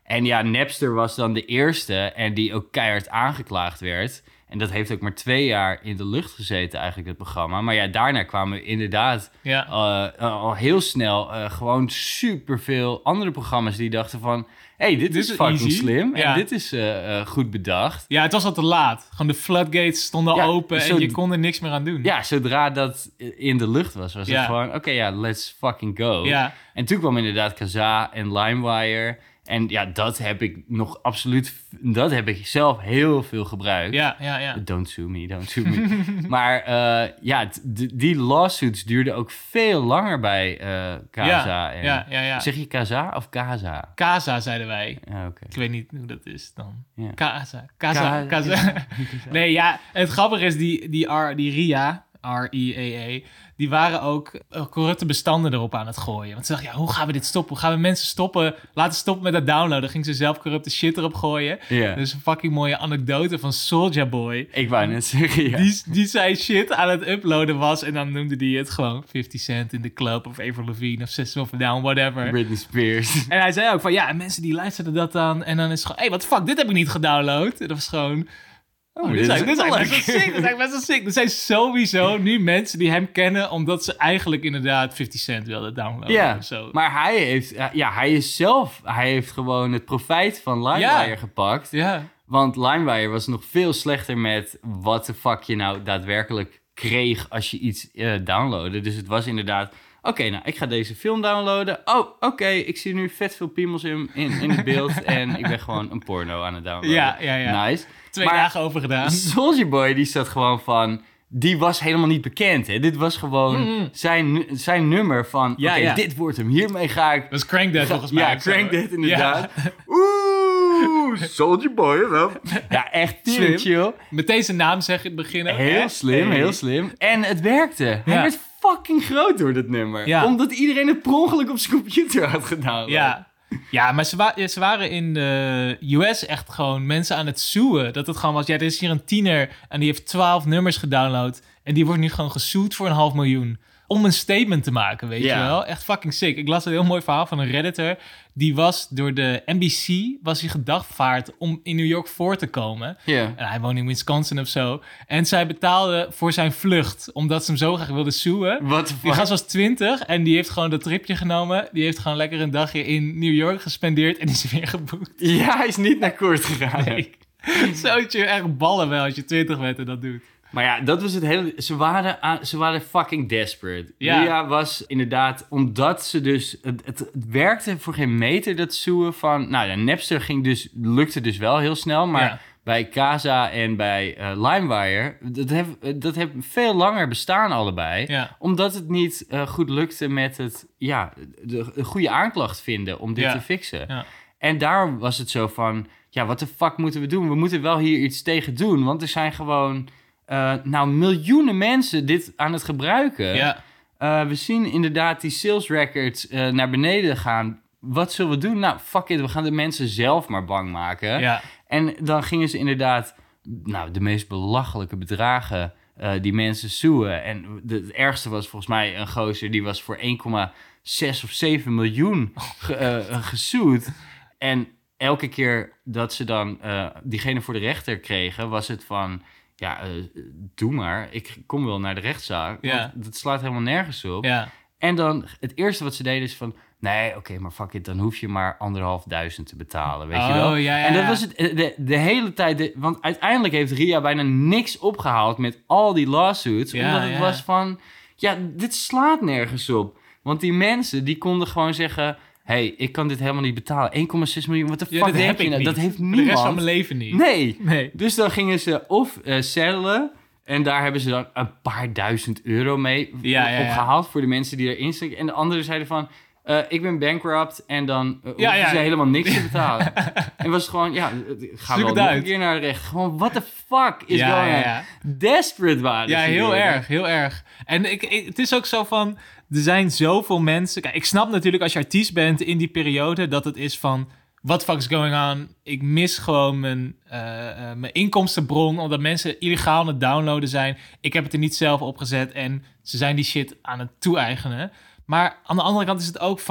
En ja, Napster was dan de eerste en die ook keihard aangeklaagd werd. En dat heeft ook maar twee jaar in de lucht gezeten eigenlijk, het programma. Maar ja, daarna kwamen we inderdaad Ja. uh, uh, al heel snel uh, gewoon superveel andere programma's die dachten van... Hé, hey, dit, dit is fucking easy. Slim ja. en dit is uh, uh, goed bedacht. Ja, het was al te laat. Gewoon de floodgates stonden ja, open zo, en je kon er niks meer aan doen. Ja, zodra dat in de lucht was, was ja. het gewoon... Oké, okay, ja, let's fucking go. Ja. En toen kwam inderdaad Kazaa en LimeWire... En ja, dat heb ik nog absoluut... Dat heb ik zelf heel veel gebruikt. Ja, ja, ja. Don't sue me, don't sue me. Maar uh, ja, d- die lawsuits duurden ook veel langer bij uh, Kazaa. Ja, en, ja, ja, ja. Zeg je Kazaa of Kazaa? Kazaa, zeiden wij. Ja, okay. Ik weet niet hoe dat is dan. Ja. Kazaa. Kazaa. Kazaa. Nee, ja. Het grappige is, die, die, R, die R I A... R I A A, die waren ook corrupte bestanden erop aan het gooien. Want ze dachten, ja, hoe gaan we dit stoppen? Hoe gaan we mensen stoppen, laten stoppen met dat downloaden? Dan gingen ze zelf corrupte shit erop gooien. Yeah. Dus een fucking mooie anekdote van Soulja Boy. Ik wou net zeggen, ja. Die, die zijn shit aan het uploaden was en dan noemde die het gewoon fifty Cent in the Club of Avril Lavigne of System of a Down, whatever. Britney Spears. En hij zei ook van, ja, en mensen die luisterden dat dan en dan is het gewoon, hé, hey, wat fuck, dit heb ik niet gedownload. En dat was gewoon... Oh, dit, dit, is eigenlijk, dit is eigenlijk best wel sick. Dit is eigenlijk best wel sick. Er zijn sowieso nu mensen die hem kennen... omdat ze eigenlijk inderdaad fifty Cent wilden downloaden. Ja, of zo. Maar hij heeft... Ja, hij is zelf... Hij heeft gewoon het profijt van LimeWire ja. gepakt. Ja. Want LimeWire was nog veel slechter met... wat de fuck je nou daadwerkelijk kreeg... als je iets uh, downloadde. Dus het was inderdaad... Oké, okay, nou, ik ga deze film downloaden. Oh, oké, okay, ik zie nu vet veel piemels in, in, in het beeld... en ik ben gewoon een porno aan het downloaden. Ja, ja, ja. Nice. Twee maar dagen over gedaan. Soulja Boy, die zat gewoon van... Die was helemaal niet bekend, hè. Dit was gewoon mm-hmm. zijn, zijn nummer van... Ja, Oké, okay, ja. dit wordt hem. Hiermee ga ik... Dat was Crank That volgens mij. Ja, Crank That inderdaad. Ja. Oeh, Soulja Boy, wel. Ja, echt slim. Chill. Met deze naam zeg je het beginnen. Heel slim, hey. heel slim. En het werkte. Ja. Hij werd fucking groot door dit nummer. Ja. Omdat iedereen het per ongeluk op zijn computer had gedaan. Ja. Ja, maar ze, wa- ze waren in de U S echt gewoon mensen aan het zoeken. Dat het gewoon was, ja, er is hier een tiener en die heeft twaalf nummers gedownload. En die wordt nu gewoon gesued voor een half miljoen. Om een statement te maken, weet ja. je wel. Echt fucking sick. Ik las een heel mooi verhaal van een redditor. Die was door de N B C, was hij gedagvaard om in New York voor te komen. Yeah. En hij woonde in Wisconsin of zo. En zij betaalde voor zijn vlucht, omdat ze hem zo graag wilde zoeken. What die gast was twintig en die heeft gewoon dat tripje genomen. Die heeft gewoon lekker een dagje in New York gespendeerd en is weer geboekt. Ja, hij is niet naar koord gegaan. Nee. Zoutje echt ballen wel als je twintig bent en dat doet. Maar ja, dat was het hele... Ze waren, aan, ze waren fucking desperate. Ja. Ria was inderdaad... Omdat ze dus... Het, het, het werkte voor geen meter, dat zoeken van... Nou ja, Napster ging dus, lukte dus wel heel snel. Maar ja. bij Kazaa en bij uh, LimeWire... Dat heeft dat heeft veel langer bestaan allebei. Ja. Omdat het niet uh, goed lukte met het... Ja, de, de goede aanklacht vinden om dit ja. te fixen. Ja. En daarom was het zo van... Ja, wat de fuck moeten we doen? We moeten wel hier iets tegen doen. Want er zijn gewoon... Uh, nou, miljoenen mensen dit aan het gebruiken. Ja. Uh, we zien inderdaad die sales records uh, naar beneden gaan. Wat zullen we doen? Nou, fuck it, we gaan de mensen zelf maar bang maken. Ja. En dan gingen ze inderdaad... Nou, de meest belachelijke bedragen uh, die mensen zoeken. En de, het ergste was volgens mij een gozer... die was voor één komma zes of zeven miljoen ge, uh, gesued. En elke keer dat ze dan uh, diegene voor de rechter kregen... was het van... Ja, uh, doe maar. Ik kom wel naar de rechtszaak. Ja. Want dat slaat helemaal nergens op. Ja. En dan, het eerste wat ze deden is van... Nee, oké, okay, maar fuck it, dan hoef je maar anderhalf duizend te betalen, weet oh, je wel? Ja, ja, en dat was het de, de hele tijd... De, want uiteindelijk heeft Ria bijna niks opgehaald met al die lawsuits. Ja, omdat het ja. was van... Ja, dit slaat nergens op. Want die mensen, die konden gewoon zeggen... Hey, ik kan dit helemaal niet betalen. één komma zes miljoen, wat de ja, fuck denk je nou? Dat heeft niemand. De rest van mijn leven niet. Nee. nee. Dus dan gingen ze of uh, settelen... En daar hebben ze dan een paar duizend euro mee ja, ja, ja. opgehaald... voor de mensen die erin zitten. En de anderen zeiden van... Uh, ik ben bankrupt en dan uh, hoeven ja, ja. ze helemaal niks te betalen. En was het gewoon... Ja, ga wel nog een keer naar de recht. Gewoon, what the fuck is ja, going on? Ja, ja. Desperate waren Ja, ze. heel door. erg, heel erg. En ik, ik, het is ook zo van... Er zijn zoveel mensen... Kijk, ik snap natuurlijk als je artiest bent in die periode... dat het is van... What the fuck is going on? Ik mis gewoon mijn, uh, uh, mijn inkomstenbron... omdat mensen illegaal aan het downloaden zijn. Ik heb het er niet zelf opgezet... en ze zijn die shit aan het toe-eigenen. Maar aan de andere kant is het ook van...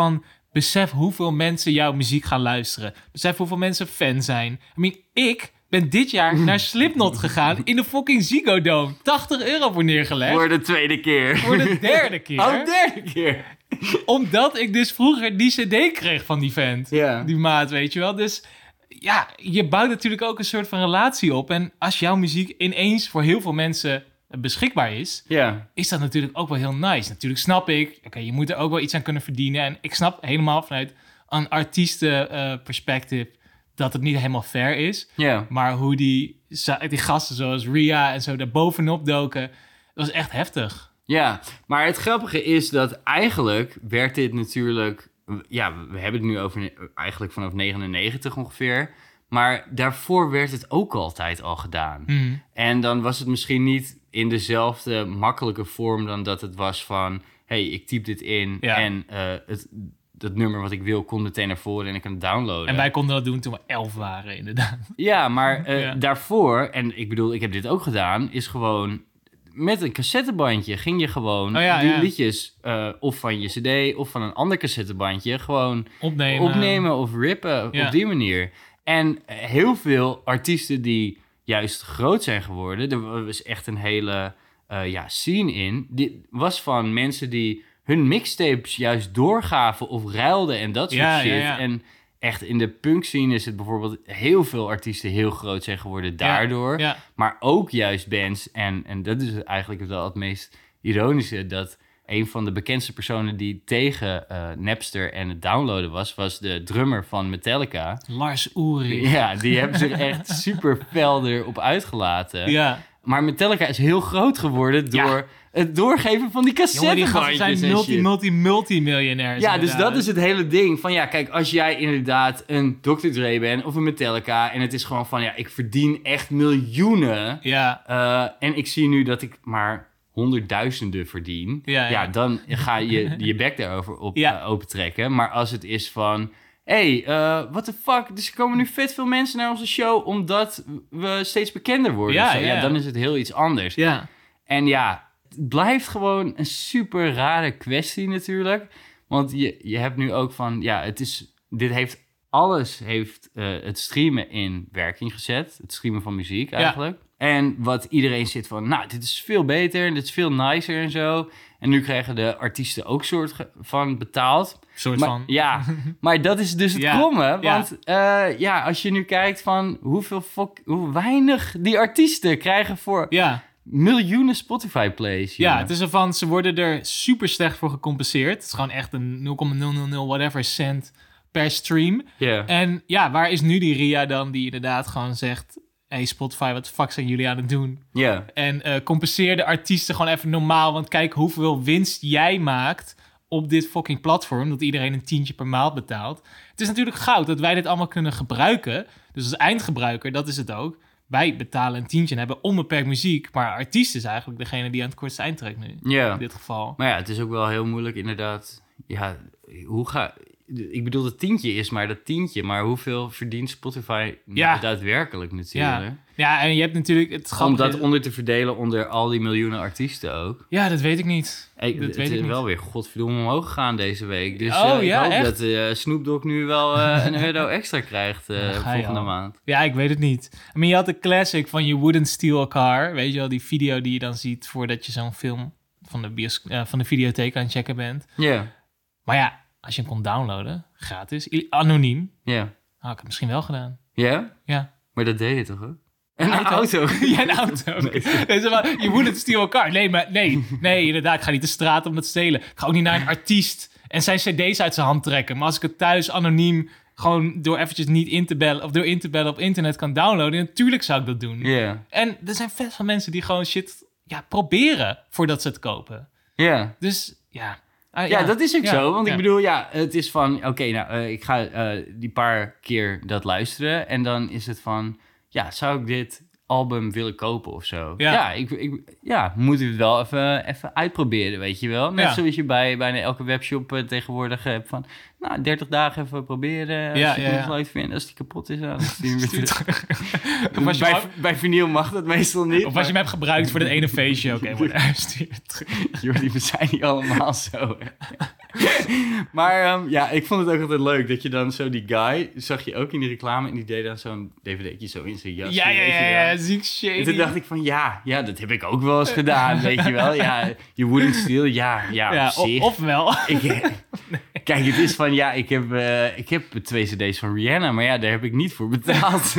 besef hoeveel mensen jouw muziek gaan luisteren. Besef hoeveel mensen fan zijn. I mean, ik ben dit jaar naar Slipknot gegaan in de fucking Ziggo Dome. tachtig euro voor neergelegd. Voor de tweede keer. Voor de derde keer. Oh, derde keer. Omdat ik dus vroeger die cd kreeg van die vent. Ja. Die maat, weet je wel. Dus ja, je bouwt natuurlijk ook een soort van relatie op. En als jouw muziek ineens voor heel veel mensen beschikbaar is, Ja. is dat natuurlijk ook wel heel nice. Natuurlijk snap ik, oké, okay, je moet er ook wel iets aan kunnen verdienen. En ik snap helemaal vanuit een artiestenperspectief uh, dat het niet helemaal fair is. Ja. Maar hoe die, die gasten zoals Ria en zo daar bovenop doken, dat was echt heftig. Ja, maar het grappige is dat eigenlijk werd dit natuurlijk... Ja, we hebben het nu over eigenlijk vanaf negenennegentig ongeveer. Maar daarvoor werd het ook altijd al gedaan. Mm. En dan was het misschien niet in dezelfde makkelijke vorm dan dat het was van... hey, ik typ dit in ja. en uh, het, dat nummer wat ik wil komt meteen naar voren en ik kan het downloaden. En wij konden dat doen toen we elf waren, inderdaad. Ja, maar uh, ja. daarvoor, en ik bedoel, ik heb dit ook gedaan, is gewoon... Met een cassettebandje ging je gewoon oh ja, die ja. liedjes... Uh, of van je cd of van een ander cassettebandje... gewoon opnemen, opnemen of rippen ja. op die manier. En heel veel artiesten die juist groot zijn geworden... er was echt een hele uh, ja, scene in... die was van mensen die hun mixtapes juist doorgaven... of ruilden en dat soort ja, shit. Ja, ja. En echt in de punk scene is het bijvoorbeeld... heel veel artiesten heel groot zijn geworden daardoor. Ja, ja. Maar ook juist bands. En, en dat is eigenlijk wel het meest ironische... dat een van de bekendste personen die tegen uh, Napster en het downloaden was... was de drummer van Metallica. Lars Ulrich. Ja, die hebben zich echt super fel erop uitgelaten. Ja. Maar Metallica is heel groot geworden door... Ja. Het doorgeven van die cassettebandjes. Jongen, die gasten zijn multi, multi, multimiljonairs. Ja, dus dat is het hele ding. Van ja, kijk, als jij inderdaad een dokter Dre bent of een Metallica... en het is gewoon van, ja, ik verdien echt miljoenen. Ja. Uh, en ik zie nu dat ik maar honderdduizenden verdien. Ja, ja. ja dan ga je je bek daarover op, ja. uh, opentrekken. Maar als het is van... Hé, hey, uh, what the fuck? Dus er komen nu vet veel mensen naar onze show... omdat we steeds bekender worden. Ja, ja, ja. ja, dan is het heel iets anders. Ja. En ja... Het blijft gewoon een super rare kwestie natuurlijk. Want je, je hebt nu ook van... Ja, het is... Dit heeft... Alles heeft uh, het streamen in werking gezet. Het streamen van muziek eigenlijk. Ja. En wat iedereen zit van... Nou, dit is veel beter. Dit is veel nicer en zo. En nu krijgen de artiesten ook soort van betaald. Soort maar, van. Ja, maar dat is dus het ja. kromme. Want ja. Uh, ja, als je nu kijkt van... Hoeveel fok, hoe weinig die artiesten krijgen voor... Ja. Miljoenen Spotify-plays. Ja, het is ervan, ze worden er super slecht voor gecompenseerd. Het is gewoon echt een nul komma nul nul nul whatever cent per stream. Yeah. En ja, waar is nu die Ria dan die inderdaad gewoon zegt... Hey Spotify, wat de fuck zijn jullie aan het doen? Ja. Yeah. En uh, compenseer de artiesten gewoon even normaal. Want kijk hoeveel winst jij maakt op dit fucking platform. Dat iedereen een tientje per maand betaalt. Het is natuurlijk goud dat wij dit allemaal kunnen gebruiken. Dus als eindgebruiker, dat is het ook... Wij betalen een tientje en hebben onbeperkt muziek. Maar artiest is eigenlijk degene die aan het kortste eind trekt nu. Ja. In dit geval. Maar ja, het is ook wel heel moeilijk inderdaad. Ja, hoe ga... Ik bedoel, dat tientje is maar dat tientje. Maar hoeveel verdient Spotify ja. nou daadwerkelijk natuurlijk? Ja. ja, en je hebt natuurlijk... Het Om dat onder te verdelen onder al die miljoenen artiesten ook. Ja, dat weet ik niet. Hey, dat het weet is ik wel niet. weer godverdomme omhoog gegaan deze week. Dus oh, uh, ja, ik hoop echt? dat uh, Snoop Dogg nu wel uh, een euro extra krijgt uh, ja, volgende al. maand. Ja, ik weet het niet. I mean, je had de classic van You Wouldn't Steal a Car. Weet je wel, die video die je dan ziet voordat je zo'n film van de, bios- uh, van de videotheek aan het checken bent. Ja. Yeah. Maar ja, als je hem kon downloaden, gratis, anoniem, Ja. Yeah. had ik het misschien wel gedaan. Ja? Yeah? Ja. Maar dat deed je toch ook? Een auto. auto. Ja, een auto. Nee. Je moet het steal elkaar. Nee, maar nee. Nee, inderdaad. Ik ga niet de straat om het te stelen. Ik ga ook niet naar een artiest en zijn cd's uit zijn hand trekken. Maar als ik het thuis anoniem gewoon door eventjes niet in te bellen of door in te bellen op internet kan downloaden, natuurlijk zou ik dat doen. Ja. Yeah. En er zijn vet van mensen die gewoon shit ja, proberen voordat ze het kopen. Ja. Yeah. Dus ja. Uh, ja, ja, dat is ook ja, zo. Want ja. ik bedoel, ja, het is van... Oké, okay, nou, uh, ik ga uh, die paar keer dat luisteren. En dan is het van... Ja, zou ik dit album willen kopen of zo? Ja, ja ik, ik ja, moet het wel even, even uitproberen, weet je wel. Net ja. zoals je bij bijna elke webshop uh, tegenwoordig hebt van... Nou, dertig dagen even proberen. Als ja, je ja, het ja. leuk vindt. Als die kapot is, dan stuur je hem weer terug. Of als je bij, maar... bij vinyl mag dat meestal niet. Of als maar... je hem hebt gebruikt voor dat ene feestje. Oké, okay, stuur het terug. Jordi, we zijn niet allemaal zo. Hè. Maar um, ja, ik vond het ook altijd leuk dat je dan zo die guy... zag je ook in die reclame en die deed dan zo'n D V D'tje zo in zijn jas. Ja, ja, ja, ja, ziek shady. En toen dacht ik van ja, ja, dat heb ik ook wel eens gedaan, weet je wel. Ja, je wouldn't steal, ja, ja, ja op zich. Ofwel. Ik, nee. Kijk, het is van ja, ik heb, uh, ik heb twee cd's van Rihanna, maar ja, daar heb ik niet voor betaald.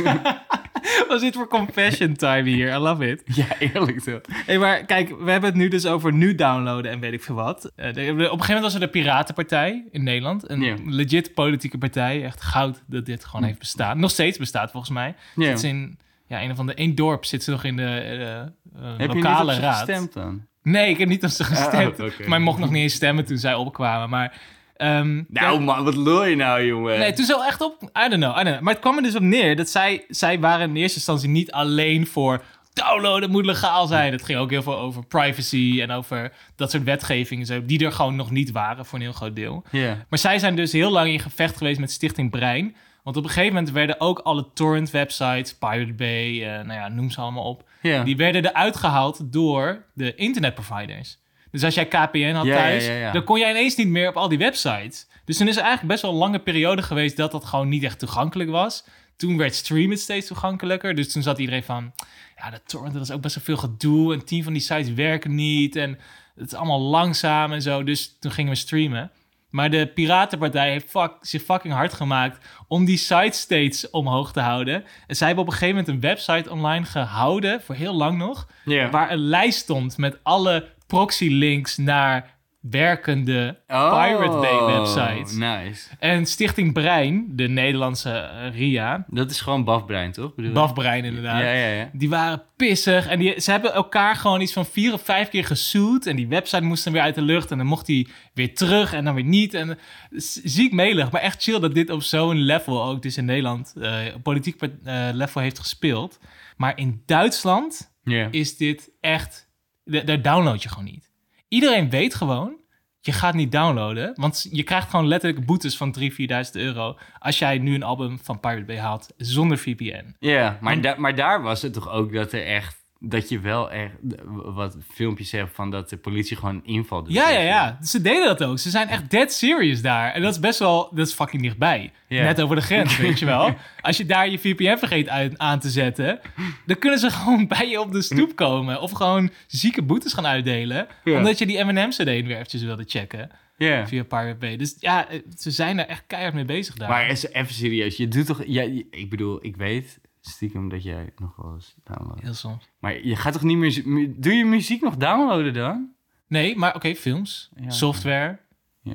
Wat is dit voor confession time hier? I love it. Ja, eerlijk toch. Hey, maar kijk, we hebben het nu dus over nu downloaden en weet ik veel wat. Uh, de, op een gegeven moment was er de Piratenpartij in Nederland. Een yeah. legit politieke partij. Echt goud dat dit gewoon heeft bestaan. Nog steeds bestaat volgens mij. Yeah. Zit ze in ja, een of andere één dorp zit ze nog in de uh, uh, heb lokale je niet raad. gestemd dan? Nee, ik heb niet op ze gestemd. Oh, okay. Maar ik mocht nog niet eens stemmen toen zij opkwamen. Maar Um, nou, ja, man, wat lul je nou, jongen? Nee, toen zo echt op... I don't know, I don't know. Maar het kwam er dus op neer dat zij... Zij waren in eerste instantie niet alleen voor... downloaden moet legaal zijn. Het ging ook heel veel over privacy en over dat soort wetgevingen. Zo, die er gewoon nog niet waren voor een heel groot deel. Yeah. Maar zij zijn dus heel lang in gevecht geweest met Stichting Brein. Want op een gegeven moment werden ook alle torrent-websites... Pirate Bay, uh, nou ja, noem ze allemaal op. Yeah. Die werden eruit gehaald door de internetproviders. Dus als jij K P N had ja, thuis, ja, ja, ja. dan kon jij ineens niet meer op al die websites. Dus toen is er eigenlijk best wel een lange periode geweest dat dat gewoon niet echt toegankelijk was. Toen werd streamen steeds toegankelijker. Dus toen zat iedereen van, ja, dat torrent, dat is ook best wel veel gedoe. En tien van die sites werken niet. En het is allemaal langzaam en zo. Dus toen gingen we streamen. Maar de Piratenpartij heeft fuck, zich fucking hard gemaakt om die sites steeds omhoog te houden. En zij hebben op een gegeven moment een website online gehouden, voor heel lang nog, yeah. waar een lijst stond met alle proxy-links naar werkende oh, Pirate Bay websites. Nice. En Stichting Brein, de Nederlandse uh, R I A... Dat is gewoon Baf Brein, toch? Bedoel Baf Brein, inderdaad. Ja, ja, ja. Die waren pissig. En die, ze hebben elkaar gewoon iets van vier of vijf keer gesued. En die website moest dan weer uit de lucht. En dan mocht die weer terug en dan weer niet. En ziek melig. Maar echt chill dat dit op zo'n level ook dus in Nederland... Uh, politiek uh, level heeft gespeeld. Maar in Duitsland yeah. is dit echt... D- daar download je gewoon niet. Iedereen weet gewoon, je gaat niet downloaden. Want je krijgt gewoon letterlijk boetes van drieduizend, vierduizend euro... als jij nu een album van Pirate Bay haalt zonder V P N. Ja, yeah, maar, Want, da- maar daar was het toch ook dat er echt... dat je wel echt wat filmpjes hebt van dat de politie gewoon inval doet. Ja, ja, ja. Ze deden dat ook. Ze zijn echt dead serious daar. En dat is best wel... dat is fucking dichtbij. Yeah. Net over de grens, weet je wel. Als je daar je V P N vergeet uit, aan te zetten... dan kunnen ze gewoon bij je op de stoep komen. Of gewoon zieke boetes gaan uitdelen. Yeah. Omdat je die M en M's er weer eventjes wilde checken. Yeah. Via Pirate Bay. Dus ja, ze zijn er echt keihard mee bezig daar. Maar even serieus. Je doet toch... Ja, ik bedoel, ik weet... stiekem dat jij nog wel eens downloadt. Heel soms. Maar je gaat toch niet meer... Doe je muziek nog downloaden dan? Nee, maar oké, okay, films, ja, software. Ja.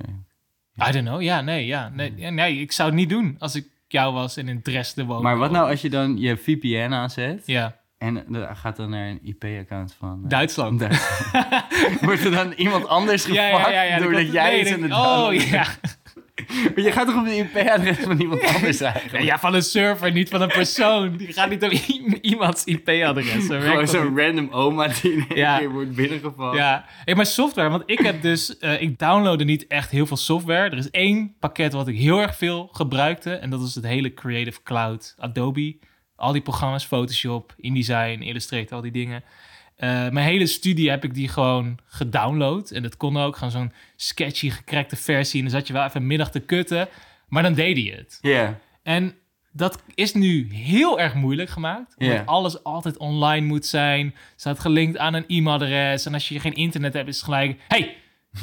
I don't know. Ja, nee, ja. Nee, ja, nee, ik zou het niet doen als ik jou was en in Dresden woonde. Maar wat nou als je dan je V P N aanzet... Ja. En dat gaat dan naar een I P-account van... Uh, Duitsland. Duitsland. Wordt er dan iemand anders gepakt ja, ja, ja, ja, doordat komt, jij nee, iets in de Oh, ja. Maar je gaat toch op de I P-adres van iemand anders eigenlijk? Ja, van een server, niet van een persoon. Die gaat niet op i- iemands I P-adres. Gewoon zo'n random oma die in één ja. keer wordt binnengevallen. Ja, hey, maar software, want ik heb dus... Uh, ik downloadde niet echt heel veel software. Er is één pakket wat ik heel erg veel gebruikte. En dat is het hele Creative Cloud, Adobe. Al die programma's, Photoshop, InDesign, Illustrator, al die dingen. Uh, mijn hele studie heb ik die gewoon gedownload. En dat kon ook, gewoon zo'n sketchy, gecrackte versie. En dan zat je wel even een middag te kutten. Maar dan deed hij het. Ja. Yeah. En dat is nu heel erg moeilijk gemaakt. Omdat yeah. alles altijd online moet zijn. Staat gelinkt aan een e-mailadres. En als je geen internet hebt, is het gelijk... Hey,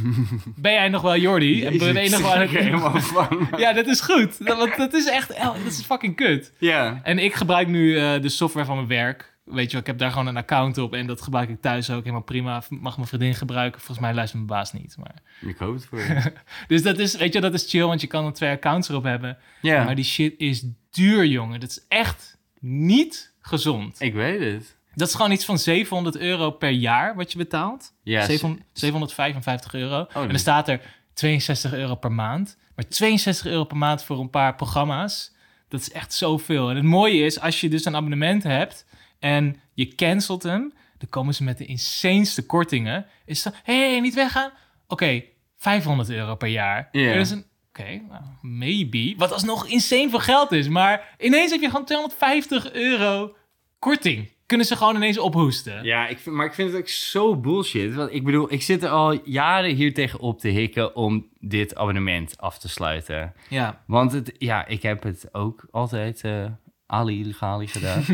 ben jij nog wel Jordi? Jezus, en ben je nog wel het... helemaal van. Ja, dat is goed. Dat, want dat is echt... Dat is fucking kut. Ja. Yeah. En ik gebruik nu uh, de software van mijn werk. Weet je wel, ik heb daar gewoon een account op. En dat gebruik ik thuis ook helemaal prima. Mag mijn vriendin gebruiken. Volgens mij luistert mijn baas niet. Maar... Ik hoop het voor je. Dus dat is, weet je, dat is chill. Want je kan er twee accounts erop hebben. Ja. Yeah. Maar die shit is duur, jongen. Dat is echt niet gezond. Ik weet het. Dat is gewoon iets van zevenhonderd euro per jaar wat je betaalt. Ja. zevenhonderdvijfenvijftig euro. Oh, nee. En dan staat er tweeënzestig euro per maand. Maar tweeënzestig euro per maand voor een paar programma's. Dat is echt zoveel. En het mooie is, als je dus een abonnement hebt en je cancelt hem, dan komen ze met de insaneste kortingen. Is dat, hé, hey, niet weggaan? Oké, okay, vijfhonderd euro per jaar. Yeah. Dus een Oké, okay, well, maybe. Wat alsnog insane veel geld is. Maar ineens heb je gewoon tweehonderdvijftig euro korting. kunnen ze gewoon ineens ophoesten. Ja, ik vind, maar ik vind het ook zo bullshit. Want ik bedoel, ik zit er al jaren hier tegen op te hikken om dit abonnement af te sluiten. Ja. Want het, ja, ik heb het ook altijd uh, ali illegali gedaan.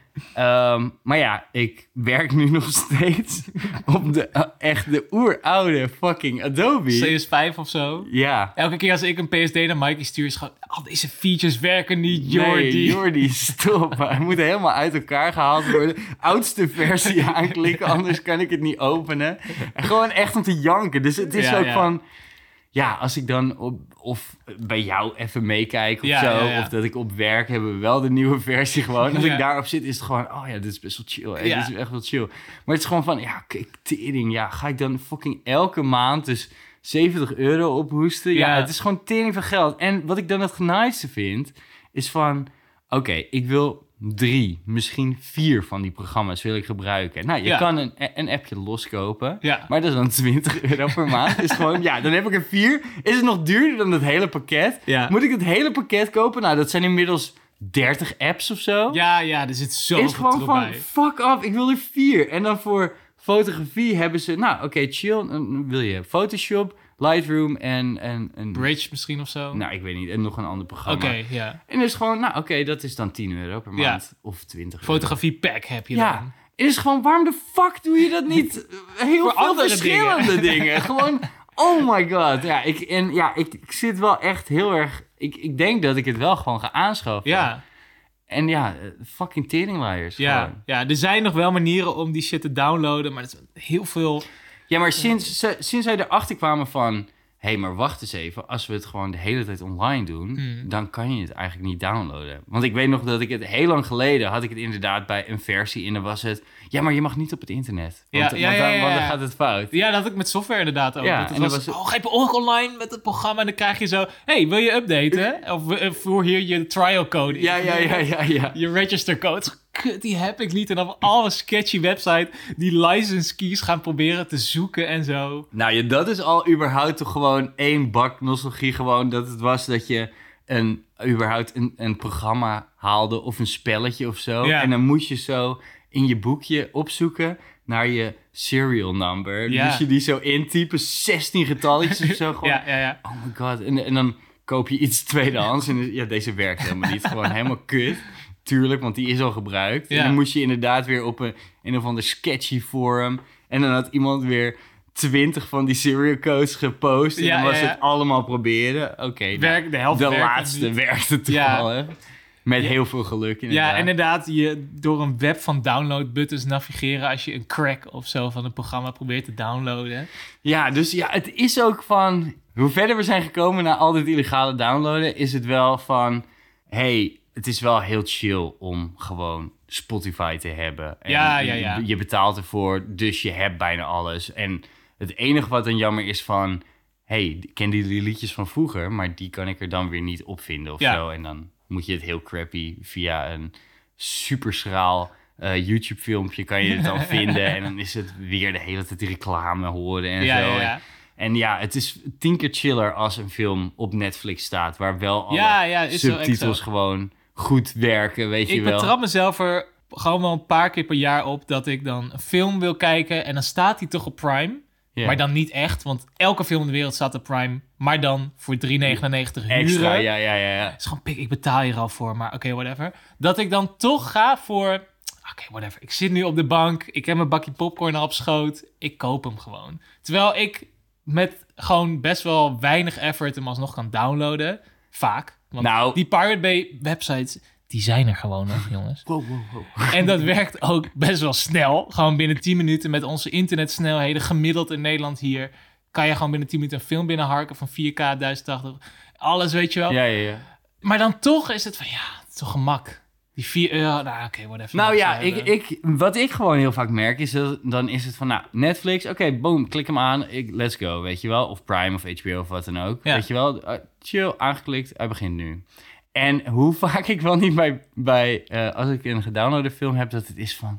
um, maar ja, ik werk nu nog steeds op de uh, echt de oeroude fucking Adobe. C S vijf of zo. Ja. Elke keer als ik een P S D naar Mikey stuur, is gewoon, al deze features werken niet, Jordi. Nee, Jordi, stop. Hij moet helemaal uit elkaar gehaald worden. Oudste versie aanklikken, anders kan ik het niet openen. En gewoon echt om te janken. Dus het is ja, ook ja. van... Ja, als ik dan op, of bij jou even meekijk of ja, zo... Ja, ja. Of dat ik op werk hebben we wel de nieuwe versie gewoon. Als ja. ik daarop zit, is het gewoon... Oh ja, dit is best wel chill. Hey, ja. Dit is echt wel chill. Maar het is gewoon van... Ja, kijk, tering. Ja, ga ik dan fucking elke maand dus zeventig euro ophoesten? Ja, ja het is gewoon tering van geld. En wat ik dan het genaaiste vind, is van... Oké, okay, ik wil... drie, misschien vier van die programma's wil ik gebruiken. Nou, je ja. kan een, een appje loskopen, ja. maar dat is dan twintig euro per maand. Is gewoon, ja, dan heb ik er vier. Is het nog duurder dan het hele pakket? Ja. Moet ik het hele pakket kopen? Nou, dat zijn inmiddels dertig apps of zo. Ja, ja, er zit zo is gewoon van, bij. Fuck off, ik wil er vier. En dan voor fotografie hebben ze, nou, oké, okay, chill. Dan wil je Photoshop, Lightroom en, en, en... Bridge misschien of zo? Nou, ik weet niet. En nog een ander programma. Oké, okay, ja. En dus gewoon, nou, oké, okay, dat is dan tien euro per maand. Ja. Of twintig euro. Fotografie pack heb je ja. dan. Het is gewoon, waarom de fuck doe je dat niet? Heel Voor veel verschillende dingen. dingen. Gewoon, oh my god. Ja, ik, en ja, ik, ik zit wel echt heel erg... Ik, ik denk dat ik het wel gewoon ga aanschaffen. Ja. En ja, fucking teringleiers. Ja, ja, er zijn nog wel manieren om die shit te downloaden, maar het is heel veel... Ja, maar sinds, sinds zij erachter kwamen van... Hé, hey, maar wacht eens even. Als we het gewoon de hele tijd online doen... Hmm. dan kan je het eigenlijk niet downloaden. Want ik weet nog dat ik het heel lang geleden... had ik het inderdaad bij een versie en dan was het... ja, maar je mag niet op het internet. Want, ja, ja, want, ja, dan, ja, ja. want dan gaat het fout. Ja, dat had ik met software inderdaad ook. Ja, dat het en was, was het... oh, ga je ook online met het programma... en dan krijg je zo... hey, wil je updaten? Of uh, voer hier je trial code in. Ja, ja, ja, ja, ja. Je register code. Kut, die heb ik niet. En dan alle sketchy website die license keys gaan proberen te zoeken en zo. Nou ja, dat is al überhaupt toch gewoon één bak nostalgie. Gewoon dat het was dat je een, überhaupt een, een programma haalde of een spelletje of zo. Ja. En dan moest je zo in je boekje opzoeken naar je serial number. Ja. Moest je die zo intypen, zestien getalletjes of zo. Gewoon, ja, ja, ja. Oh my god. En, en dan koop je iets tweedehands en ja, deze werkt helemaal niet. Gewoon helemaal kut. Tuurlijk, want die is al gebruikt. Ja. En dan moest je inderdaad weer op een, een of ander sketchy forum. En dan had iemand weer twintig van die serial codes gepost. En ja, dan was ja, ja. het allemaal proberen. Oké, okay, nou, de helft de werkt laatste niet. werkte toevallig. Ja. Met ja. heel veel geluk inderdaad. Ja, en inderdaad, je door een web van download-buttons navigeren... als je een crack of zo van een programma probeert te downloaden. Ja, dus ja, het is ook van... Hoe verder we zijn gekomen na al dit illegale downloaden... is het wel van... hey, het is wel heel chill om gewoon Spotify te hebben. En ja, ja, ja. Je, je betaalt ervoor, dus je hebt bijna alles. En het enige wat dan jammer is van... hey, ik ken die liedjes van vroeger... maar die kan ik er dan weer niet opvinden of ja. zo. En dan moet je het heel crappy via een super schraal uh, YouTube-filmpje... kan je het dan vinden. En dan is het weer de hele tijd die reclame horen en ja, zo. Ja, ja. En, en ja, het is tien keer chiller als een film op Netflix staat... waar wel alle ja, ja, subtitels gewoon goed werken, weet ik je wel. Ik betrap mezelf er gewoon wel een paar keer per jaar op... dat ik dan een film wil kijken en dan staat die toch op Prime... Yeah. Maar dan niet echt, want elke film in de wereld staat op Prime... maar dan voor drie negenennegentig huren. Extra, ja, ja, ja. ja. Het is gewoon pik, ik betaal hier al voor, maar oké, okay, whatever. Dat ik dan toch ga voor... Oké, okay, whatever. Ik zit nu op de bank, ik heb mijn bakje popcorn al op schoot. Ik koop hem gewoon. Terwijl ik met gewoon best wel weinig effort hem alsnog kan downloaden. Vaak. Want nou, die Pirate Bay websites... die zijn er gewoon nog, jongens. Wow, wow, wow. En dat werkt ook best wel snel. Gewoon binnen tien minuten met onze internetsnelheden... gemiddeld in Nederland hier... kan je gewoon binnen tien minuten een film binnenharken... van vier K, duizend tachtig. Alles, weet je wel. Ja, ja, ja. Maar dan toch is het van... ja, het is toch gemak. Die vier euro... Nou, oké, okay, whatever. Nou ja, ik, ik, wat ik gewoon heel vaak merk... is dat dan is het van... nou, Netflix, oké, okay, boom, klik hem aan. Ik, let's go, weet je wel. Of Prime of H B O of wat dan ook. Ja. Weet je wel. Uh, chill, aangeklikt. Hij begint nu. En hoe vaak ik wel niet bij, bij uh, als ik een gedownloade film heb, dat het is van,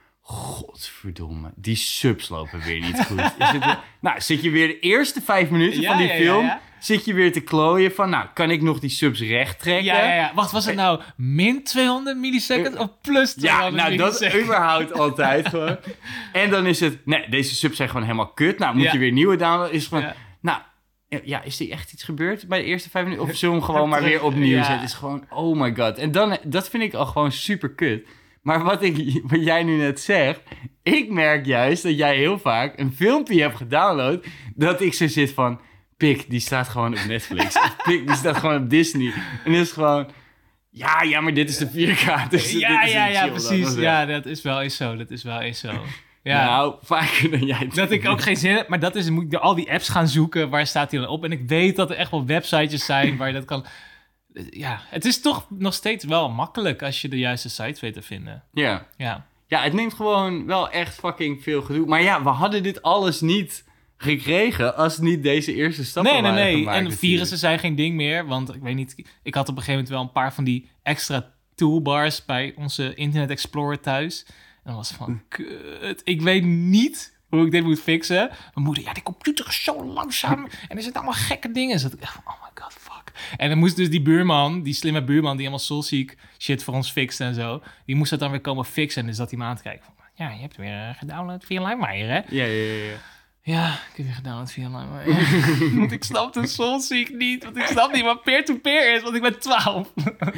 godverdomme, die subs lopen weer niet goed. Is het, nou, zit je weer de eerste vijf minuten ja, van die ja, film, ja, ja. zit je weer te klooien van, nou, kan ik nog die subs recht trekken? Ja, ja, ja. Wacht, was het nou min tweehonderd milliseconds of plus tweehonderd Ja, nou, dat is überhaupt altijd gewoon. En dan is het, nee, deze subs zijn gewoon helemaal kut. Nou, moet Ja. je weer nieuwe downloaden. Is gewoon, Ja. nou, ja, is er echt iets gebeurd bij de eerste vijf minuten? Of zullen we hem gewoon maar weer opnieuw Ja. zetten? Het is gewoon, oh my god. En dan, dat vind ik al gewoon super kut. Maar wat, ik, wat jij nu net zegt, ik merk juist dat jij heel vaak een filmpje hebt gedownload, dat ik zo zit van, pik, die staat gewoon op Netflix. Of pik, die staat gewoon op Disney. En het is gewoon, ja, ja, maar dit is de vier K. Dus Ja, dit is ja, een ja, chill precies. dan. Ja, dat is wel eens zo. Dat is wel eens zo. Ja. Nou, vaker dan jij. Dat ik ook geen zin heb, maar dat is, moet ik door al die apps gaan zoeken. Waar staat die dan op? En ik weet dat er echt wel websitejes zijn waar je dat kan. Ja, het is toch nog steeds wel makkelijk als je de juiste site weet te vinden. Ja. Ja. Ja, het neemt gewoon wel echt fucking veel gedoe. Maar ja, we hadden dit alles niet gekregen als niet deze eerste stappen Nee, nee, waren nee. gemaakt, En natuurlijk. virussen zijn geen ding meer. Want ik weet niet, ik had op een gegeven moment wel een paar van die extra toolbars bij onze Internet Explorer thuis. En dan was het van, kut, ik weet niet hoe ik dit moet fixen. Mijn moeder, ja, die computer is zo langzaam. En er zitten allemaal gekke dingen. Dus dat ik echt van, oh my god, fuck. En dan moest dus die buurman, die slimme buurman... die helemaal soulseek shit voor ons fixt en zo... die moest dat dan weer komen fixen. En dus zat hij me aan te kijken van... ja, je hebt weer uh, gedownload via LimeWire, hè? Ja, ja, ja. ja. Ja, ik heb weer gedownload via LimeWire. Want ik snap de soulseek niet. Want ik snap niet wat peer-to-peer is. Want ik ben twaalf.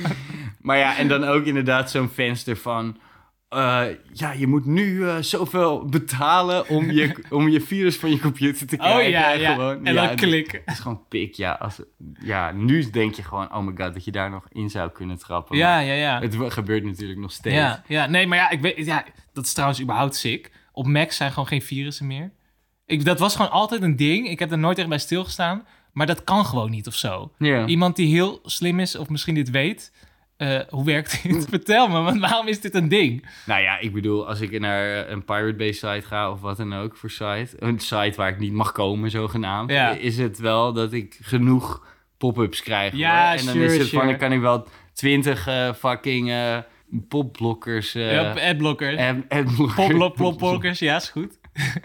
Maar ja, en dan ook inderdaad zo'n venster van... Uh, ja, je moet nu uh, zoveel betalen om je, om je virus van je computer te krijgen. Oh ja, ja. Gewoon. En ja, dan klikken. Het is gewoon pik, ja. Als, ja, nu denk je gewoon, oh my god, dat je daar nog in zou kunnen trappen. Ja, Maar ja, ja. het w- gebeurt natuurlijk nog steeds. Ja, ja, nee, maar ja, ik weet, ja, dat is trouwens überhaupt sick. Op Macs zijn gewoon geen virussen meer. Ik, dat was gewoon altijd een ding. Ik heb er nooit echt bij stilgestaan. Maar dat kan gewoon niet of zo. Ja. Iemand die heel slim is of misschien dit weet... Uh, hoe werkt dit? Vertel me, want waarom is dit een ding? Nou ja, ik bedoel, als ik naar een Pirate Bay site ga of wat dan ook voor site, een site waar ik niet mag komen zogenaamd, Ja. is het wel dat ik genoeg pop-ups krijg. Ja, hoor. En dan sure, is het sure. van, dan kan ik wel twintig uh, fucking uh, popblokkers... Uh, ja, adblockers. ad- adblockers. Poplop, popblockers, ja, is goed.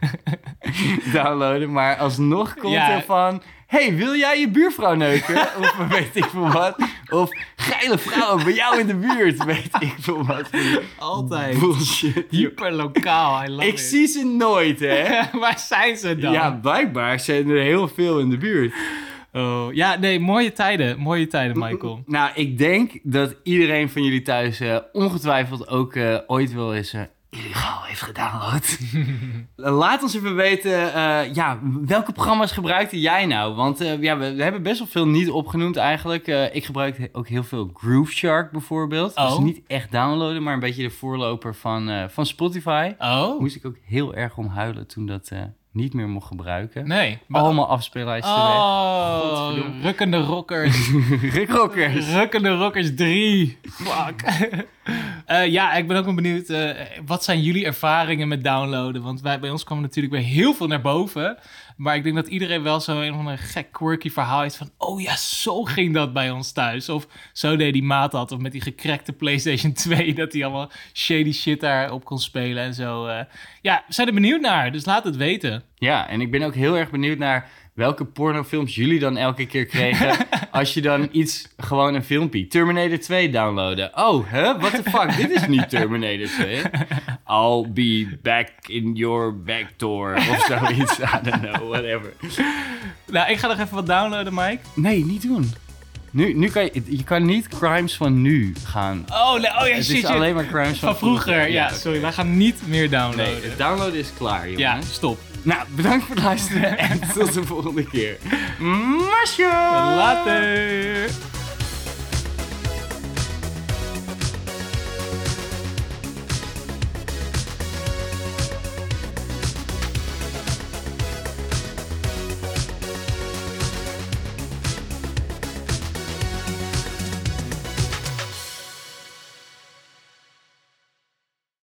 downloaden, maar alsnog komt Ja. er van... hey, wil jij je buurvrouw neuken? Of weet ik veel wat. Of geile vrouwen bij jou in de buurt. Weet ik veel wat. Altijd. Bullshit. Hyperlokaal, I love Ik it. zie ze nooit, hè? Waar zijn ze dan? Ja, blijkbaar zijn er heel veel in de buurt. Oh, ja, nee, mooie tijden. Mooie tijden, Michael. Nou, ik denk dat iedereen van jullie thuis uh, ongetwijfeld ook uh, ooit wel eens... Uh, illegaal heeft gedownload. Laat ons even weten, uh, ja, welke programma's gebruikte jij nou? Want uh, ja, we, we hebben best wel veel niet opgenoemd eigenlijk. Uh, ik gebruik ook heel veel Groove Shark bijvoorbeeld. Oh. Dus niet echt downloaden, maar een beetje de voorloper van, uh, van Spotify. Oh? Moest ik ook heel erg om huilen toen dat uh, niet meer mocht gebruiken. Nee. Maar... Allemaal afspeellijsten weg. Oh, Godverdomme. rukkende rockers. Rickrockers. Rukkende rockers drie. Fuck. uh, ja, ik ben ook wel benieuwd. Uh, wat zijn jullie ervaringen met downloaden? Want wij, bij ons kwam natuurlijk weer heel veel naar boven. Maar ik denk dat iedereen wel zo een of ander gek quirky verhaal heeft van... oh ja, zo ging dat bij ons thuis. Of zo deed die maat dat. Of met die gecrackte PlayStation twee... dat hij allemaal shady shit daarop kon spelen en zo. Uh, ja, we zijn er benieuwd naar. Dus laat het weten. Ja, en ik ben ook heel erg benieuwd naar welke pornofilms jullie dan elke keer kregen als je dan iets, gewoon een filmpje, Terminator twee downloaden. Oh, huh? What the fuck? Dit is niet Terminator twee. I'll be back in your backdoor of zoiets. I don't know, whatever. Nou, ik ga nog even wat downloaden, Mike. Nee, niet doen. Nu, nu kan je, je kan niet crimes van nu gaan. Oh, nee, oh ja, Het shit, is shit. alleen maar crimes van, Van vroeger. Ja, oké. sorry, wij gaan niet meer downloaden. Nee, het downloaden is klaar, jongen. Ja, stop. Nou, bedankt voor het luisteren en tot de volgende keer. Masje! Later.